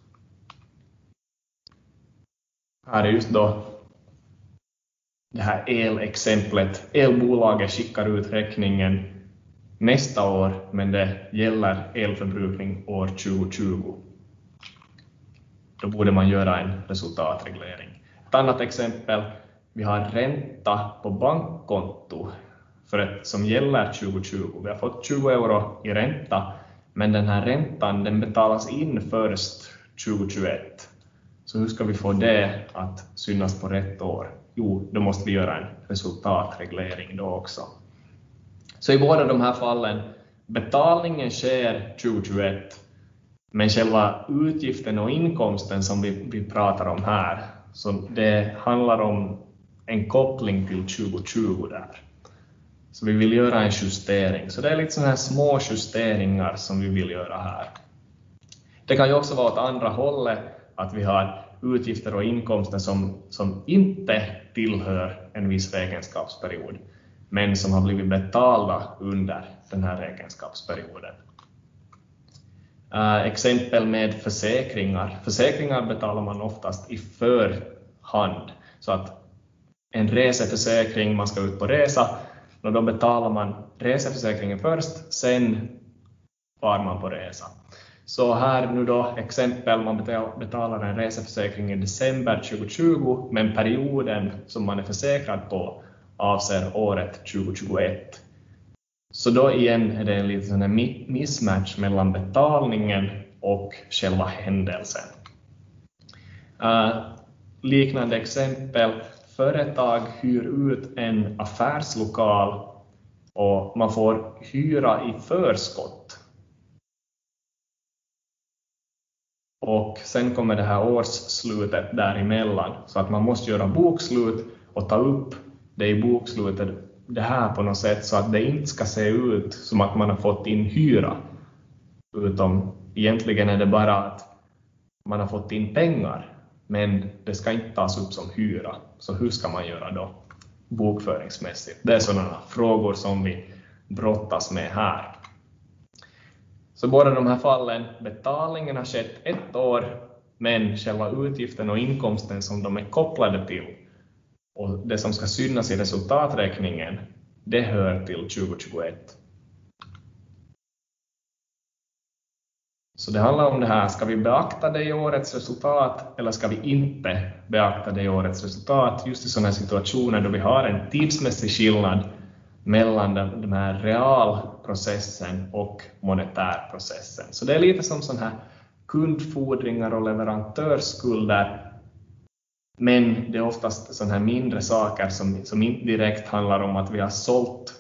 Här är just då det här elexemplet. Elbolaget skickar ut räkningen nästa år, men det gäller elförbrukning år 2020. Då borde man göra en resultatreglering. Ett annat exempel, vi har ränta på bankkonto som gäller 2020. Vi har fått 20 euro i ränta, men den här räntan den betalas in först 2021. Så hur ska vi få det att synas på rätt år? Jo, då måste vi göra en resultatreglering då också. Så i båda de här fallen, betalningen sker 2021, men själva utgiften och inkomsten som vi pratar om här, så det handlar om en koppling till 2020 där. Så vi vill göra en justering. Så det är lite sådana här små justeringar som vi vill göra här. Det kan ju också vara åt andra hållet, att vi har utgifter och inkomster som inte tillhör en viss räkenskapsperiod, men som har blivit betalda under den här räkenskapsperioden. Exempel med försäkringar. Försäkringar betalar man oftast i förhand. Så att en reseförsäkring, man ska ut på resa, och då betalar man reseförsäkringen först, sen far man på resa. Så här nu då exempel, man betalar en reseförsäkring i december 2020, men perioden som man är försäkrad på avser året 2021. Så då igen är det en liten mismatch mellan betalningen och själva händelsen. Liknande exempel, företag hyr ut en affärslokal och man får hyra i förskott. Och sen kommer det här årsslutet däremellan, så att man måste göra bokslut och ta upp det i bokslutet, det här på något sätt, så att det inte ska se ut som att man har fått in hyra, utan egentligen är det bara att man har fått in pengar, men det ska inte tas upp som hyra. Så hur ska man göra då bokföringsmässigt? Det är sådana frågor som vi brottas med här. Så båda de här fallen, betalningen har skett ett år, men själva utgiften och inkomsten som de är kopplade till och det som ska synas i resultaträkningen, det hör till 2021. Så det handlar om det här, ska vi beakta det i årets resultat eller ska vi inte beakta det i årets resultat? Just i sådana här situationer då vi har en tidsmässig skillnad mellan den här realprocessen och monetärprocessen. Så det är lite som sådana här kundfordringar och leverantörsskulder. Men det är oftast sådana här mindre saker som inte direkt handlar om att vi har sålt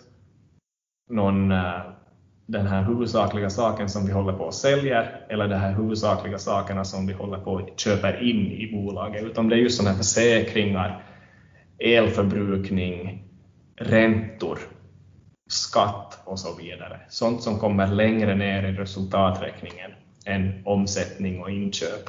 den här huvudsakliga saken som vi håller på att sälja, eller de här huvudsakliga sakerna som vi håller på att köpa in i bolaget. Utan det är just sådana här försäkringar, elförbrukning, räntor, skatt och så vidare. Sånt som kommer längre ner i resultaträkningen än omsättning och inköp.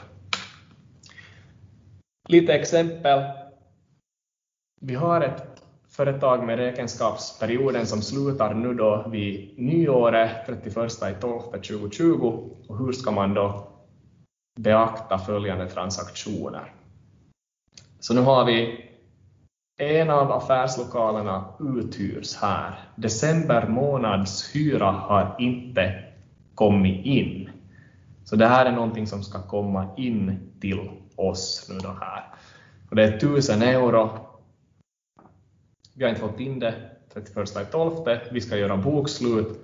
Lite exempel. Vi har ett företag med räkenskapsperioden som slutar nu då vid nyåret 31.12.2020. Och hur ska man då beakta följande transaktioner? Så nu har vi en av affärslokalerna uthyrs här. December månads hyra har inte kommit in. Så det här är någonting som ska komma in till oss nu då här. Och det är 1000 euro. Vi har inte fått in det 31.12. Vi ska göra bokslut.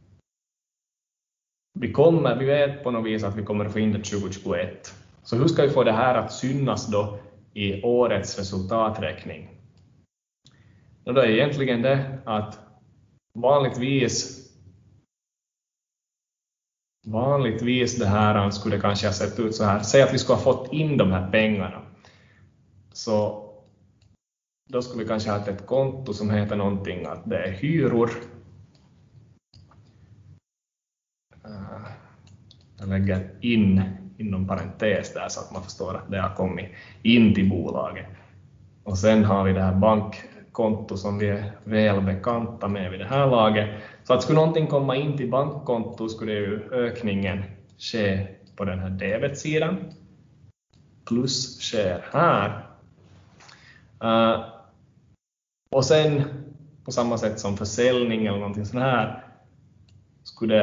Vi vet på något vis att vi kommer att få in det 2021. Så hur ska vi få det här att synas då i årets resultaträkning? Och då är egentligen det att vanligtvis det här skulle kanske ha sett ut så här. Säg att vi skulle ha fått in de här pengarna. Så då skulle vi kanske ha ett konto som heter någonting att det är hyror. Jag lägger in inom parentes där så att man förstår att det har kommit in till bolaget. Och sen har vi det här bankkonto som vi är väl bekanta med vid det här laget. Så att skulle någonting komma in till bankkonto skulle ju ökningen ske på den här debetsidan. Plus sker här. Och sen på samma sätt som försäljning eller någonting sånt här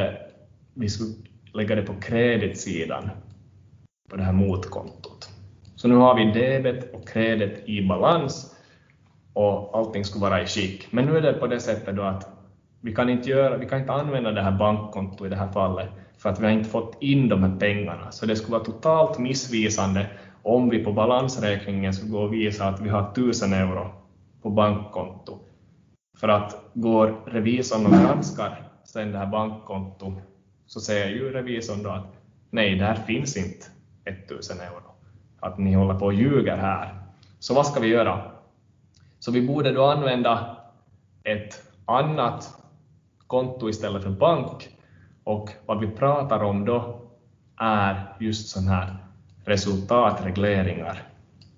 vi skulle lägga det på kreditsidan på det här motkontot. Så nu har vi debet och kredit i balans och allting ska vara i skick. Men nu är det på det sättet då att vi kan inte använda det här bankkontot i det här fallet för att vi har inte fått in de här pengarna. Så det skulle vara totalt missvisande om vi på balansräkningen skulle gå och visa att vi har 1000 euro på bankkonto. För att går revisorn och granskar sen det här bankkonto så säger ju revisorn då att nej, där finns inte 1000 euro. Att ni håller på och ljuger här. Så vad ska vi göra? Så vi borde då använda ett annat konto istället för bank. Och vad vi pratar om då är just sådana här resultatregleringar.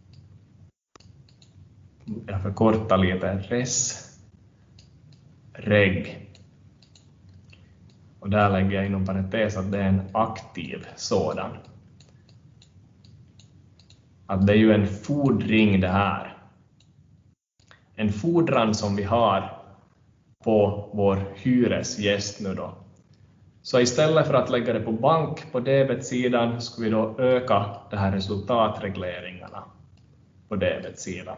Jag förkortar lite reg. Och där lägger jag inom parentes att det är en aktiv sådan. Att det är ju en fordring det här. En fordran som vi har på vår hyresgäst nu då. Så istället för att lägga det på bank på debetsidan ska vi då öka de här resultatregleringarna på debetsidan.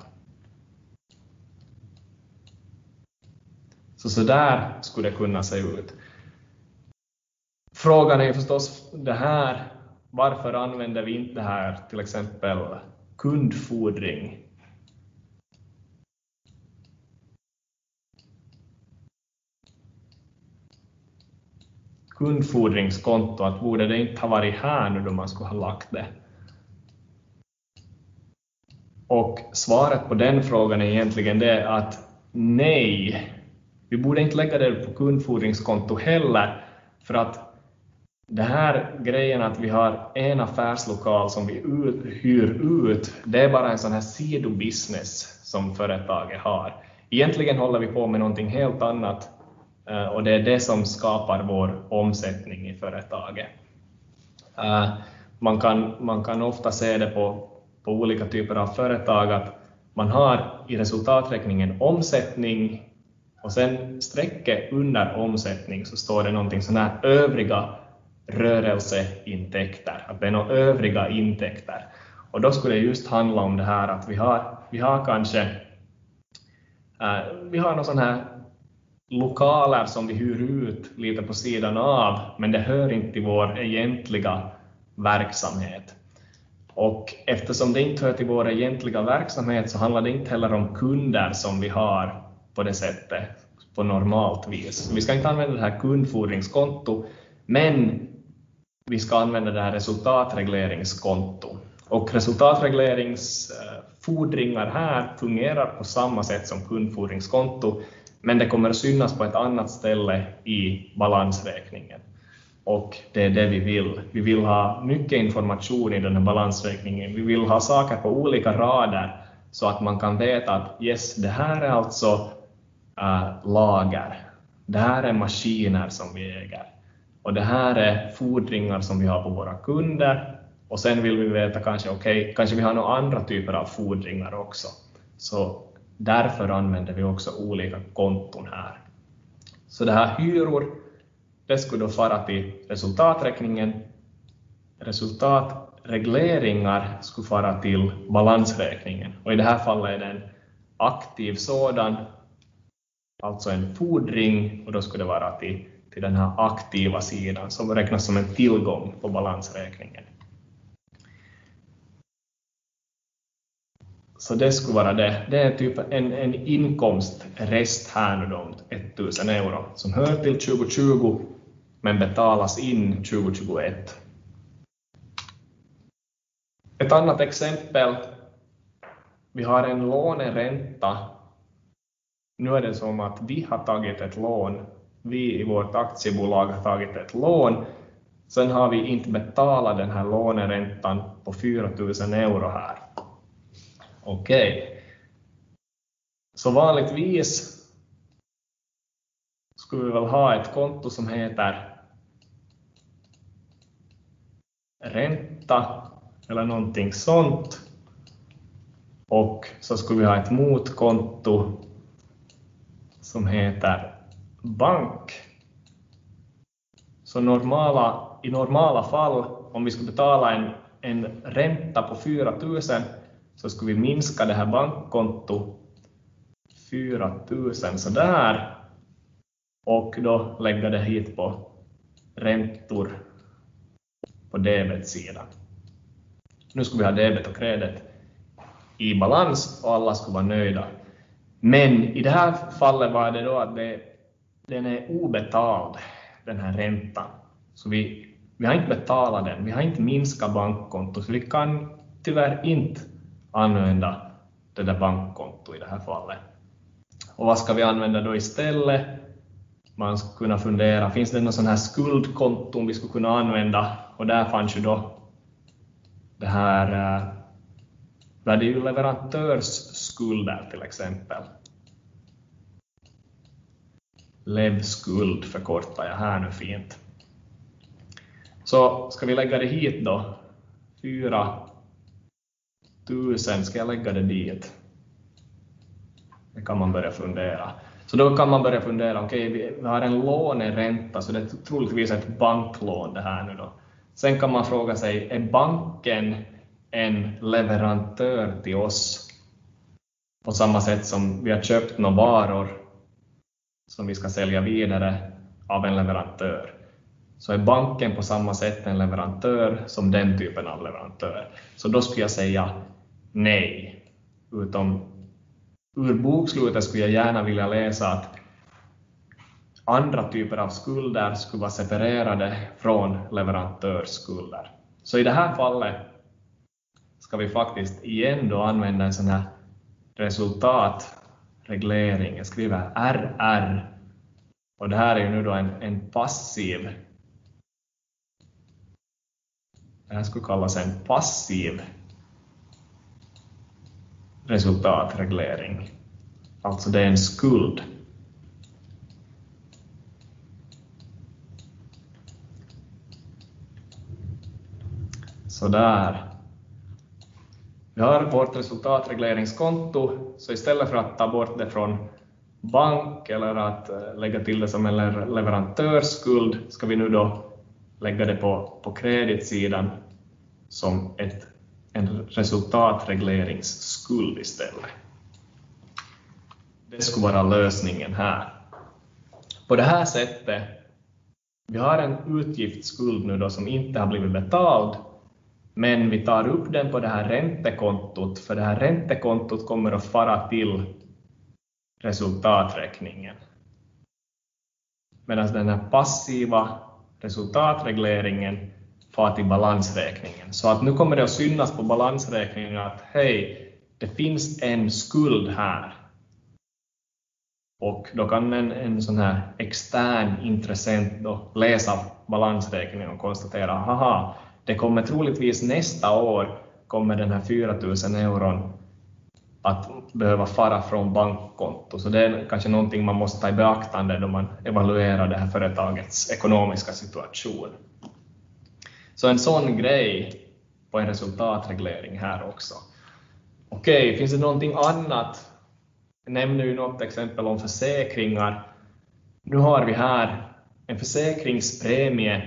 Så där skulle det kunna se ut. Frågan är förstås det här, varför använder vi inte det här till exempel kundfordring? Kundfordringskonto, att borde det inte ha varit här nu då man skulle ha lagt det? Och svaret på den frågan är egentligen det att nej, vi borde inte lägga det på kundfordringskonto heller, för att det här grejen att vi har en affärslokal som vi hyr ut, det är bara en sån här sidobusiness som företaget har. Egentligen håller vi på med någonting helt annat och det är det som skapar vår omsättning i företaget. Man kan ofta se det på olika typer av företag att man har i resultaträkningen omsättning och sen strecket under omsättning så står det någonting sån här övriga rörelseintäkter, att det är några övriga intäkter. Och då skulle det just handla om det här att vi har kanske någon sån här lokaler som vi hyr ut lite på sidan av, men det hör inte till vår egentliga verksamhet. Och eftersom det inte hör till vår egentliga verksamhet så handlar det inte heller om kunder som vi har på det sättet på normalt vis. Vi ska inte använda det här kundfordringskonto, men vi ska använda det här resultatregleringskonto. Och resultatregleringsfordringar här fungerar på samma sätt som kundfordringskonto, men det kommer att synas på ett annat ställe i balansräkningen. Och det är det vi vill. Vi vill ha mycket information i den här balansräkningen. Vi vill ha saker på olika rader så att man kan veta att yes, det här är alltså lager. Det här är maskiner som vi äger. Och det här är fordringar som vi har på våra kunder. Och sen vill vi veta kanske vi har några andra typer av fordringar också. Så därför använder vi också olika konton här. Så det här hyror, det skulle då fara till resultaträkningen. Resultatregleringar skulle fara till balansräkningen. Och i det här fallet är det en aktiv sådan, alltså en fordring, och då skulle det vara till den här aktiva sidan som räknas som en tillgång på balansräkningen. Så det skulle vara det. Det är typ en inkomstrest här nu då, 1000 euro som hör till 2020 men betalas in 2021. Ett annat exempel. Vi har en låneränta. Nu är det som att vi har tagit ett lån. Vi i vårt aktiebolag har tagit ett lån. Sen har vi inte betalat den här låneräntan på 4000 euro här. Okej. Så vanligtvis skulle vi väl ha ett konto som heter ränta eller någonting sånt. Och så skulle vi ha ett motkonto som heter bank. Så i normala fall, om vi skulle betala en ränta på 4 000 så skulle vi minska det här bankkonto 4 000 sådär och då lägga det hit på räntor på debetsidan. Nu skulle vi ha debet och kredit i balans och alla skulle vara nöjda. Men i det här fallet var det då att den är obetald, den här räntan. Så vi har inte betalat den, vi har inte minskat bankkontot, så vi kan tyvärr inte använda det där bankkontot i det här fallet. Och vad ska vi använda då istället? Man skulle kunna fundera, finns det någon sån här skuldkonton vi skulle kunna använda? Och där fanns ju då det här, där det är ju leverantörsskulder till exempel. LEV-skuld förkortar jag här nu fint. Så ska vi lägga det hit då? 4 000, ska jag lägga det dit? Det kan man börja fundera. Så då kan man börja fundera, okej, vi har en låneränta, så det är troligtvis ett banklån det här nu då. Sen kan man fråga sig, är banken en leverantör till oss? På samma sätt som vi har köpt några varor som vi ska sälja vidare av en leverantör. Så är banken på samma sätt en leverantör som den typen av leverantör. Så då skulle jag säga nej. Utom ur bokslutet skulle jag gärna vilja läsa att andra typer av skulder skulle vara separerade från leverantörsskulder. Så i det här fallet ska vi faktiskt igen då använda en sån här resultatreglering. Jag skriver RR. Och det här är ju nu då en passiv. Det här skulle kallas en passiv resultatreglering. Alltså det är en skuld. Så där. Vi har vårt resultatregleringskonto, så istället för att ta bort det från bank eller att lägga till det som en leverantörsskuld ska vi nu då lägga det på kreditsidan som en resultatregleringsskuld istället. Det skulle vara lösningen här. På det här sättet, vi har en utgiftsskuld nu då som inte har blivit betald, men vi tar upp den på det här räntekontot, för det här räntekontot kommer att fara till resultaträkningen. Medan den här passiva resultatregleringen far till balansräkningen. Så att nu kommer det att synas på balansräkningen att hej, det finns en skuld här. Och då kan en sån här extern intressent då läsa balansräkningen och konstatera, haha, det kommer troligtvis nästa år kommer den här 4 000 euron att behöva fara från bankkonto. Så det är kanske någonting man måste ta i beaktande då man evaluerar det här företagets ekonomiska situation. Så en sån grej på en resultatreglering här också. Okej, finns det någonting annat? Jag nämnde ju något exempel om försäkringar. Nu har vi här en försäkringspremie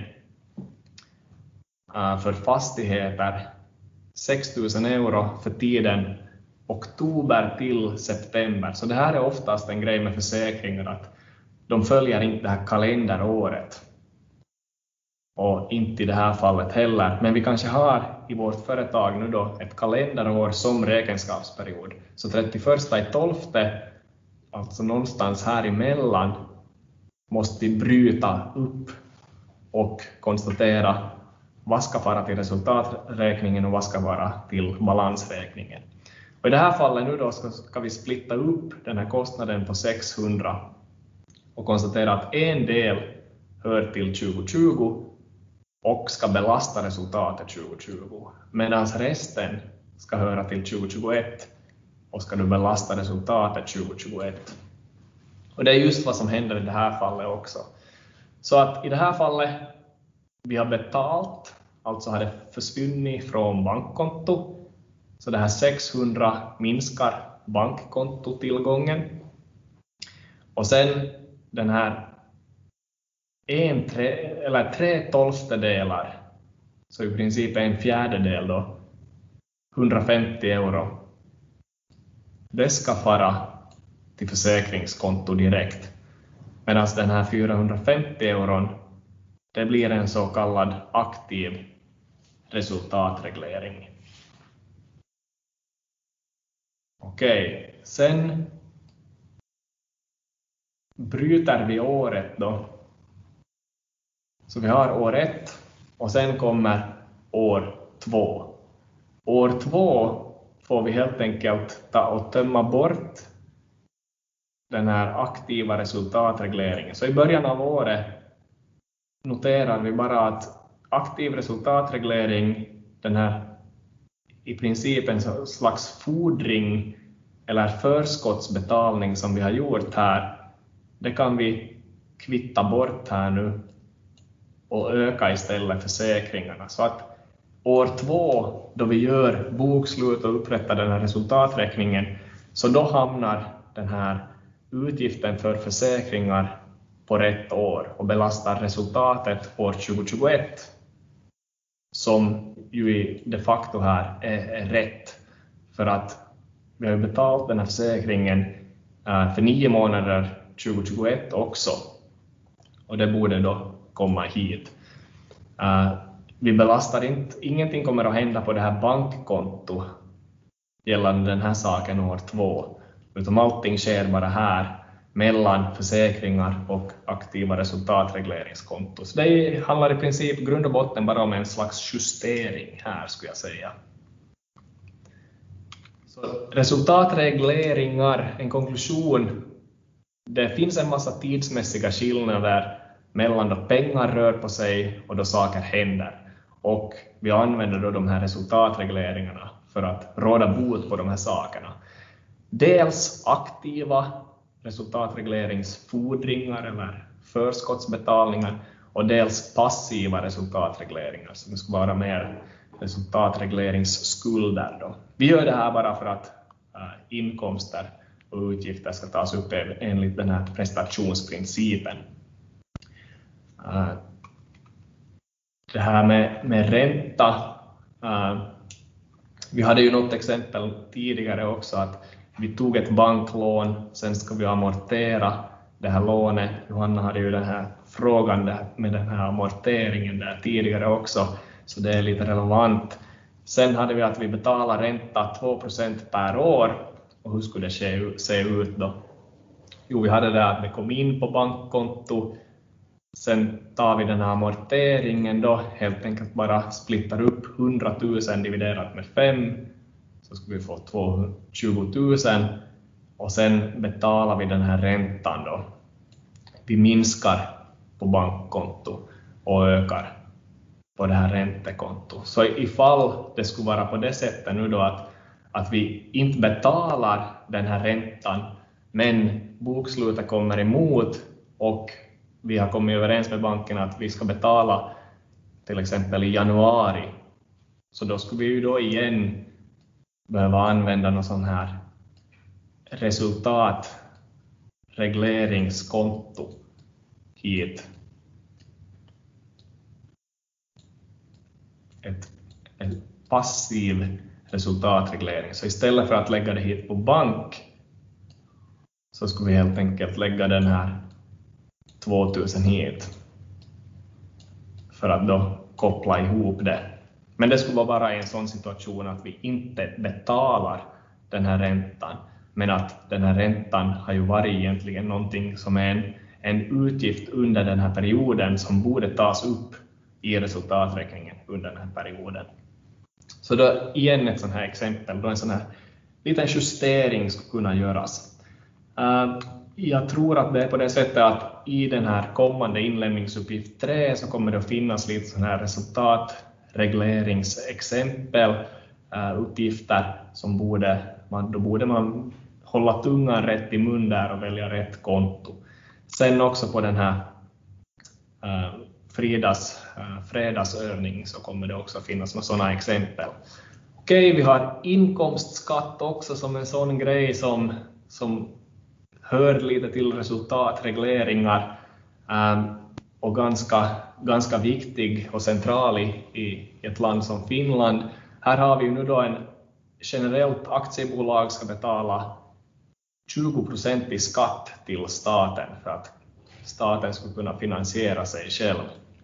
för fastigheter. 6 000 euro för tiden oktober till september. Så det här är oftast en grej med försäkringar att de följer inte det här kalenderåret. Och inte i det här fallet heller. Men vi kanske har i vårt företag nu då ett kalenderår som räkenskapsperiod. Så 31/12, alltså någonstans här emellan, måste vi bryta upp och konstatera vad ska vara till resultaträkningen och vad ska vara till balansräkningen. Och i det här fallet nu då ska vi splitta upp den här kostnaden på 600 och konstatera att en del hör till 2020 och ska belasta resultatet 2020, medan resten ska höra till 2021 och ska du belasta resultatet 2021. Och det är just vad som händer i det här fallet också. Så att i det här fallet vi har betalt, alltså har det försvunnit från bankkonto. Så det här 600 minskar bankkontotillgången. Och sen den här 3/12 Så i princip en fjärdedel då, 150 euro. Det ska fara till försäkringskonto direkt. Medan den här 450 euron, det blir en så kallad aktiv resultatreglering. Okej, sen bryter vi året då. Så vi har år 1 och sen kommer år 2. År 2 får vi helt enkelt ta och tömma bort den här aktiva resultatregleringen. Så i början av året noterar vi bara att aktiv resultatreglering, den här i princip en slags fordring eller förskottsbetalning som vi har gjort här, det kan vi kvitta bort här nu och öka istället försäkringarna. Så att år 2, då vi gör bokslut och upprättar den här resultaträkningen, så då hamnar den här utgiften för försäkringar på rätt år och belastar resultatet år 2021, som ju de facto här är rätt, för att vi har betalt den här försäkringen för 9 månader 2021 också, och det borde då komma hit. Vi belastar ingenting kommer att hända på det här bankkonto gällande den här saken år 2, utan allting sker bara här mellan försäkringar och aktiva resultatregleringskonto. Så det handlar i princip grund och botten bara om en slags justering här, skulle jag säga. Så resultatregleringar, en konklusion. Det finns en massa tidsmässiga skillnader mellan då pengar rör på sig och då saker händer. Och vi använder då de här resultatregleringarna för att råda bot på de här sakerna. Dels aktiva resultatregleringsfordringar eller förskottsbetalningar, och dels passiva resultatregleringar som det ska vara mer resultatregleringsskulder då. Vi gör det här bara för att inkomster och utgifter ska tas upp enligt den här prestationsprincipen. Det här med ränta, vi hade ju något exempel tidigare också, att vi tog ett banklån, sen ska vi amortera det här lånet. Johanna hade ju den här frågan med den här amorteringen där tidigare också, så det är lite relevant. Sen hade vi att vi betalar ränta 2% per år, och hur skulle det se ut då? Jo, vi hade det att det kom in på bankkonto. Sen tar vi den här amorteringen då, helt enkelt bara splittar upp 100 000 dividerat med 5, så ska vi få 20 000, och sen betalar vi den här räntan då. Vi minskar på bankkonto och ökar på det här räntekonto. Så ifall det skulle vara på det sättet nu då att vi inte betalar den här räntan, men bokslutet kommer emot och vi har kommit överens med banken att vi ska betala till exempel i januari, så då skulle vi ju då igen behöva använda någon sån här resultatregleringskonto hit. En passiv resultatreglering. Så istället för att lägga det hit på bank, så ska vi helt enkelt lägga den här 2000 hit för att då koppla ihop det. Men det skulle vara i en sån situation att vi inte betalar den här räntan, men att den här räntan har ju varit egentligen någonting som är en utgift under den här perioden som borde tas upp i resultaträkningen under den här perioden. Så då igen ett sånt här exempel, då en sån här liten justering skulle kunna göras. Jag tror att det är på det sättet att i den här kommande inlämningsuppgift 3 så kommer det att finnas lite sån här resultatregleringsexempel, uppgifter som borde man hålla tungan rätt i mun där och välja rätt konto. Sen också på den här fredagsövning så kommer det också finnas några sådana exempel. Okej, vi har inkomstskatt också som en sån grej som hör lite till resultatregleringar och ganska ganska viktig och central i ett land som Finland. Här har vi ju nu då en generellt aktiebolag ska betala 20% i skatt till staten för att staten ska kunna finansiera sig själv.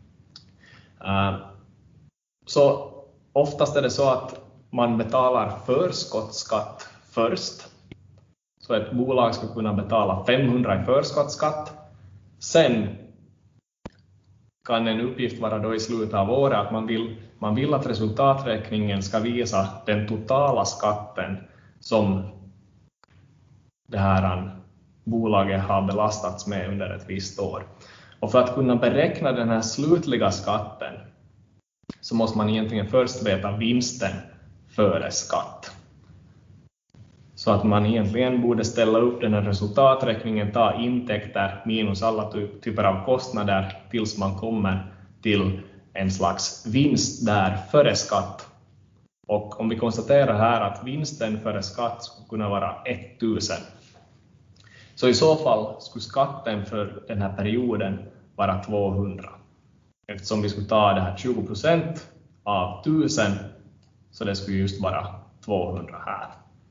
Så oftast är det så att man betalar förskottsskatt först. Så ett bolag ska kunna betala 500 i förskottsskatt. Sen kan en uppgift vara då i slutet av året att man vill att resultaträkningen ska visa den totala skatten som det här bolaget har belastats med under ett visst år. Och för att kunna beräkna den här slutliga skatten så måste man egentligen först veta vinsten före skatt. Så att man egentligen borde ställa upp den här resultaträkningen, ta intäkter minus alla typer av kostnader tills man kommer till en slags vinst där före skatt. Och om vi konstaterar här att vinsten före skatt skulle kunna vara 1000. Så i så fall skulle skatten för den här perioden vara 200. Eftersom vi skulle ta det här 20% av 1000 så det skulle just vara 200 här.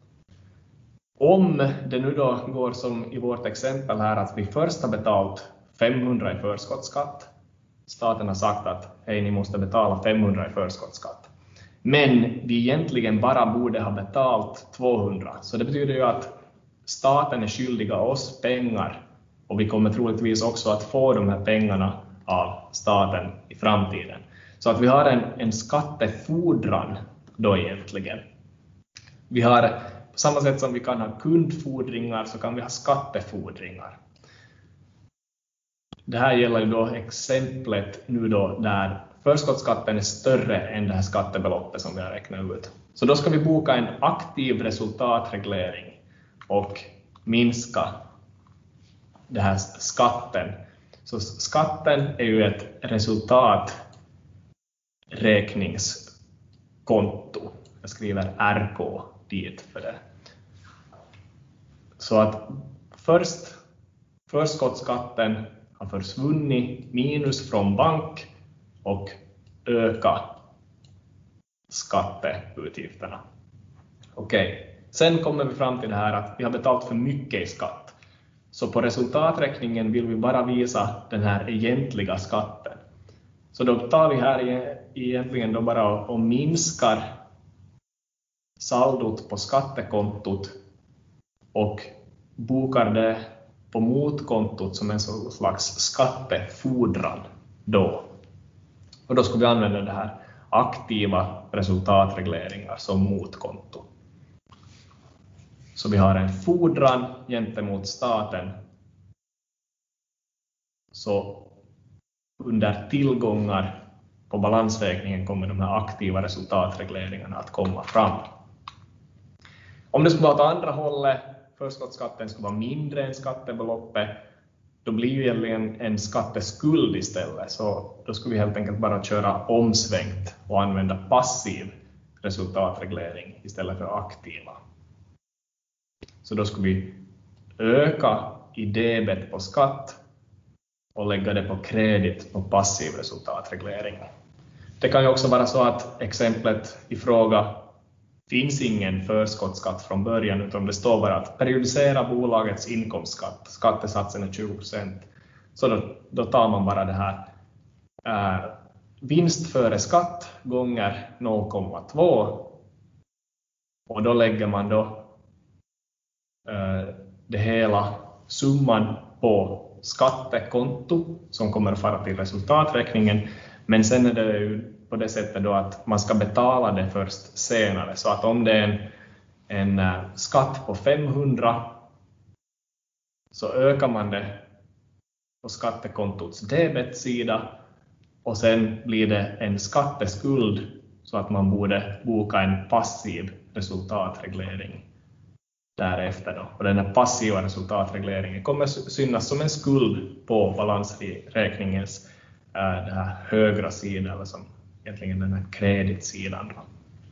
Om det nu då går som i vårt exempel här att vi först har betalt 500 i förskottsskatt. Staten har sagt att hej, ni måste betala 500 i förskottsskatt. Men vi egentligen bara borde ha betalt 200. Så det betyder ju att staten är skyldiga oss pengar. Och vi kommer troligtvis också att få de här pengarna av staten i framtiden. Så att vi har en skattefordran då egentligen. Vi har på samma sätt som vi kan ha kundfordringar så kan vi ha skattefordringar. Det här gäller ju då exemplet nu då där förskottsskatten är större än det här skattebeloppet som vi har räknat ut. Så då ska vi boka en aktiv resultatreglering och minska den här skatten. Så skatten är ju ett resultaträkningskonto. Jag skriver RK dit för det. Så att förskottsskatten har försvunnit minus från bank och öka skatteutgifterna. Okej. Sen kommer vi fram till det här att vi har betalt för mycket i skatt. Så på resultaträkningen vill vi bara visa den här egentliga skatten. Så då tar vi här egentligen då bara och minskar saldot på skattekontot och bokar det på motkontot som en slags skattefordran då. Och då ska vi använda det här aktiva resultatregleringar som motkonto. Så vi har en fordran gentemot staten. Så under tillgångar på balansräkningen kommer de här aktiva resultatregleringarna att komma fram. Om det skulle vara åt andra hållet, förskottsskatten skulle vara mindre än skattebeloppet, då blir ju egentligen en skatteskuld istället. Så då skulle vi helt enkelt bara köra omsvängt och använda passiv resultatreglering istället för aktiva. Så då skulle vi öka i debet på skatt och lägga det på kredit på passiv resultatreglering. Det kan ju också vara så att exemplet i fråga finns ingen förskottsskatt från början utan det står bara att periodisera bolagets inkomstskatt. Skattesatsen är 20%. Så då tar man bara det här vinst före skatt gånger 0,2 och då lägger man då det hela summan på skattekonto som kommer att fara till resultaträkningen. Men sen är det ju på det sättet då att man ska betala det först senare. Så att om det är en skatt på 500 så ökar man det på skattekontots debetsida och sen blir det en skatteskuld så att man borde boka en passiv resultatreglering därefter då. Och den här passiva resultatregleringen kommer synas som en skuld på balansräkningens den här högra sidan, eller som egentligen den här kreditsidan då.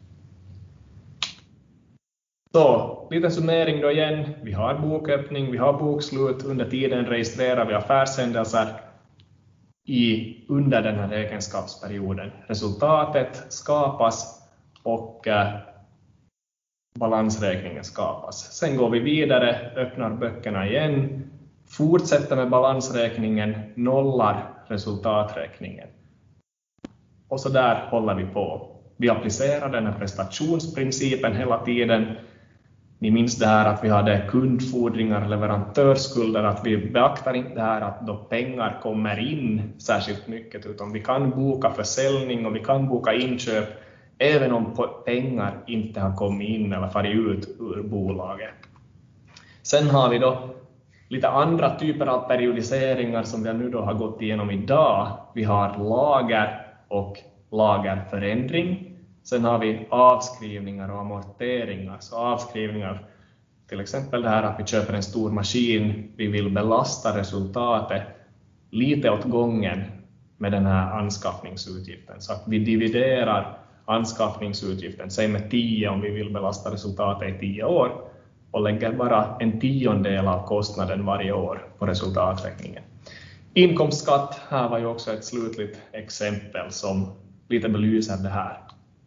Så, lite summering då igen. Vi har boköppning, vi har bokslut, under tiden registrerar vi affärshändelser. under den här räkenskapsperioden. Resultatet skapas och balansräkningen skapas. Sen går vi vidare, öppnar böckerna igen, fortsätter med balansräkningen, nollar resultaträkningen. Och så där håller vi på. Vi applicerar den här prestationsprincipen hela tiden. Ni minns det här att vi hade kundfordringar, leverantörsskulder, att vi beaktar inte det här att då pengar kommer in särskilt mycket, utan vi kan boka försäljning och vi kan boka inköp även om pengar inte har kommit in eller farit ut ur bolaget. Sen har vi då lite andra typer av periodiseringar som vi nu då har gått igenom idag. Vi har lager och lagerförändring. Sen har vi avskrivningar och amorteringar. Så avskrivningar, till exempel det här att vi köper en stor maskin, vi vill belasta resultatet lite åt gången med den här anskaffningsutgiften. Så att vi dividerar anskaffningsutgiften, säg med 10 om vi vill belasta resultatet i 10 år och lägger bara en 10-del av kostnaden varje år på resultaträkningen. Inkomstskatt, här var ju också ett slutligt exempel som lite belyser det här.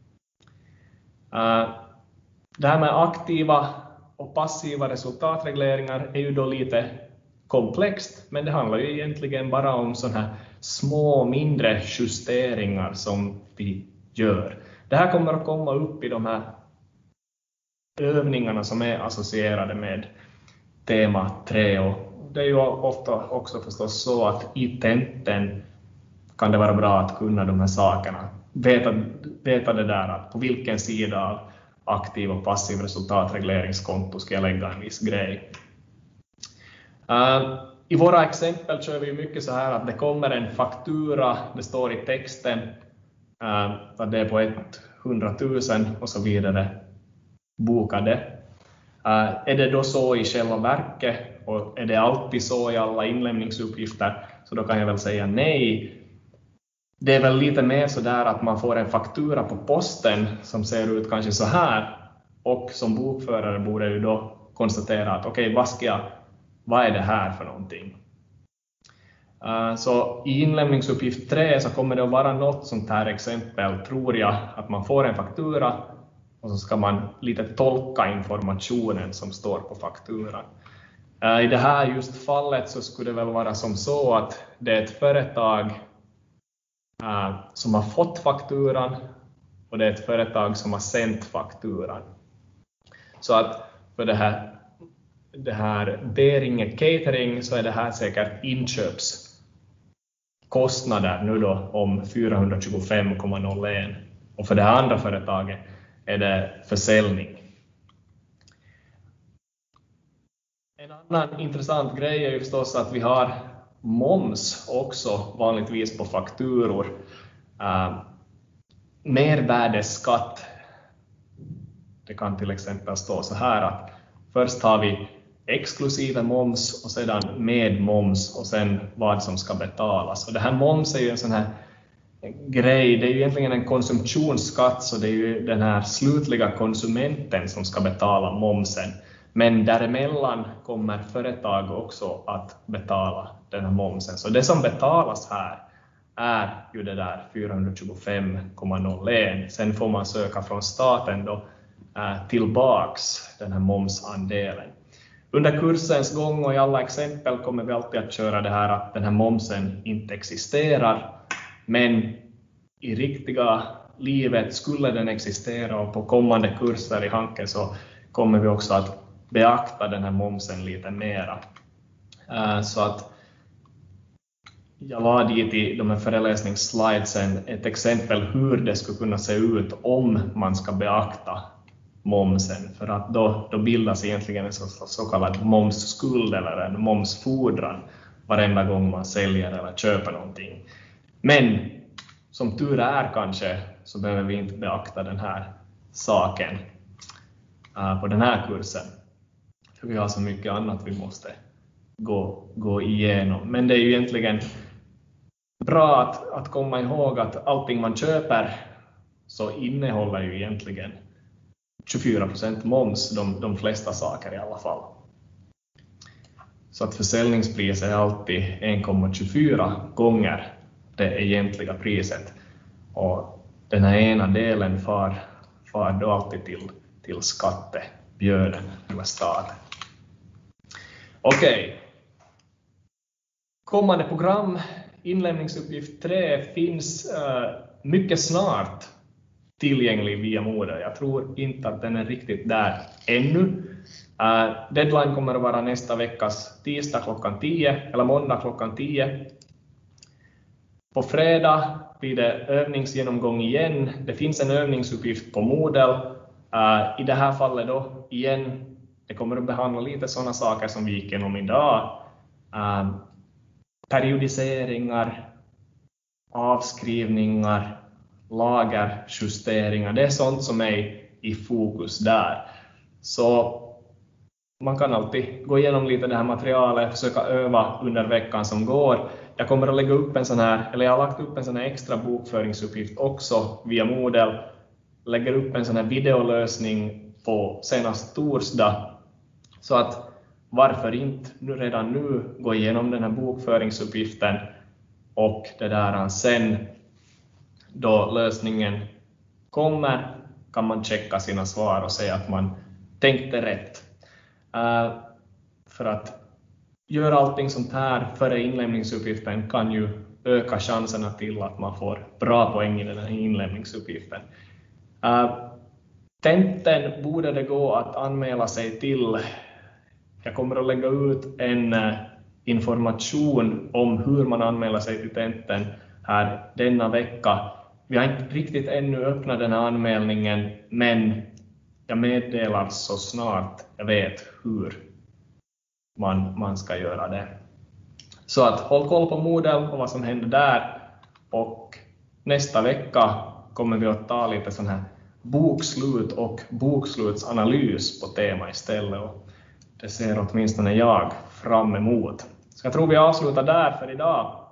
Det här med aktiva och passiva resultatregleringar är ju då lite komplext, men det handlar ju egentligen bara om sådana här små mindre justeringar som vi gör. Det här kommer att komma upp i de här övningarna som är associerade med tema 3. Och det är ju ofta också förstås så att i tenten kan det vara bra att kunna de här sakerna. Veta det där att på vilken sida av aktiv och passiv resultatregleringskonto ska jag lägga en viss grej. I våra exempel kör vi mycket så här att det kommer en faktura, det står i texten att det är på 100 000 och så vidare bokade. Är det då så i själva verket och är det alltid så i alla inlämningsuppgifter, så då kan jag väl säga nej. Det är väl lite mer så där att man får en faktura på posten som ser ut kanske så här, och som bokförare borde ju då konstatera att okej, vad är det här för någonting? Så i inlämningsuppgift 3 så kommer det att vara något sånt här exempel, tror jag, att man får en faktura och så ska man lite tolka informationen som står på fakturan. I det här just fallet så skulle det väl vara som så att det är ett företag som har fått fakturan och det är ett företag som har sänt fakturan. Så att för det här Beringe Catering så är det här säkert inköpskostnader nu då om 425,01, och för det här andra företaget är det försäljning. En annan intressant grej är ju förstås att vi har moms också vanligtvis på fakturor. Mervärdesskatt. Det kan till exempel stå så här att först har vi exklusive moms och sedan med moms och sen vad som ska betalas. Och det här moms är ju en sån här grej, det är ju egentligen en konsumtionsskatt, så det är ju den här slutliga konsumenten som ska betala momsen. Men däremellan kommer företag också att betala den här momsen. Så det som betalas här är ju det där 425,01. Sen får man söka från staten då tillbaks den här momsandelen. Under kursens gång och i alla exempel kommer vi alltid att köra det här att den här momsen inte existerar. Men i riktiga livet skulle den existera, och på kommande kurser i Hanke så kommer vi också att beakta den här momsen lite mera. Så att jag la dit i de här föreläsningsslidesen ett exempel hur det skulle kunna se ut om man ska beakta momsen. För att då bildas egentligen en så kallad momsskuld eller en momsfordran varenda gång man säljer eller köper någonting. Men som tur är kanske så behöver vi inte beakta den här saken på den här kursen. För vi har så mycket annat vi måste gå igenom. Men det är ju egentligen bra att komma ihåg att allting man köper så innehåller ju egentligen 24% moms, de flesta saker i alla fall. Så att försäljningspriset är alltid 1,24 gånger det egentliga priset. Och den här ena delen far då alltid till skattebjörnen eller staten. Okej. Kommande program, inlämningsuppgift 3, finns mycket snart tillgänglig via Moodle. Jag tror inte att den är riktigt där ännu. Deadline kommer att vara nästa veckas tisdag klockan 10 eller måndag klockan 10. På fredag blir det övningsgenomgång igen. Det finns en övningsuppgift på Moodle. I det här fallet då igen, det kommer att behandla lite sådana saker som vi gick igenom idag. Periodiseringar, avskrivningar, lagerjusteringar. Det är sånt som är i fokus där. Så man kan alltid gå igenom lite det här materialet, försöka öva under veckan som går. Jag kommer att lägga upp en sån här, eller jag har lagt upp en sån här extra bokföringsuppgift också via Moodle. Lägger upp en sån här videolösning på senast torsdag. Så att varför inte redan nu gå igenom den här bokföringsuppgiften och det där sen då lösningen kommer kan man checka sina svar och säga att man tänkte rätt. För att göra allting sånt här före inlämningsuppgiften kan ju öka chanserna till att man får bra poäng i den här inlämningsuppgiften. Tenten borde det gå att anmäla sig till. Jag kommer att lägga ut en information om hur man anmäler sig till tenten här denna vecka. Vi har inte riktigt ännu öppnat den här anmälningen, men jag meddelar så snart jag vet hur man ska göra det. Så att håll koll på Moodle och vad som händer där. Och nästa vecka kommer vi att ta lite sån här bokslut och bokslutsanalys på tema istället. Och det ser åtminstone jag fram emot. Så jag tror vi avslutar där för idag.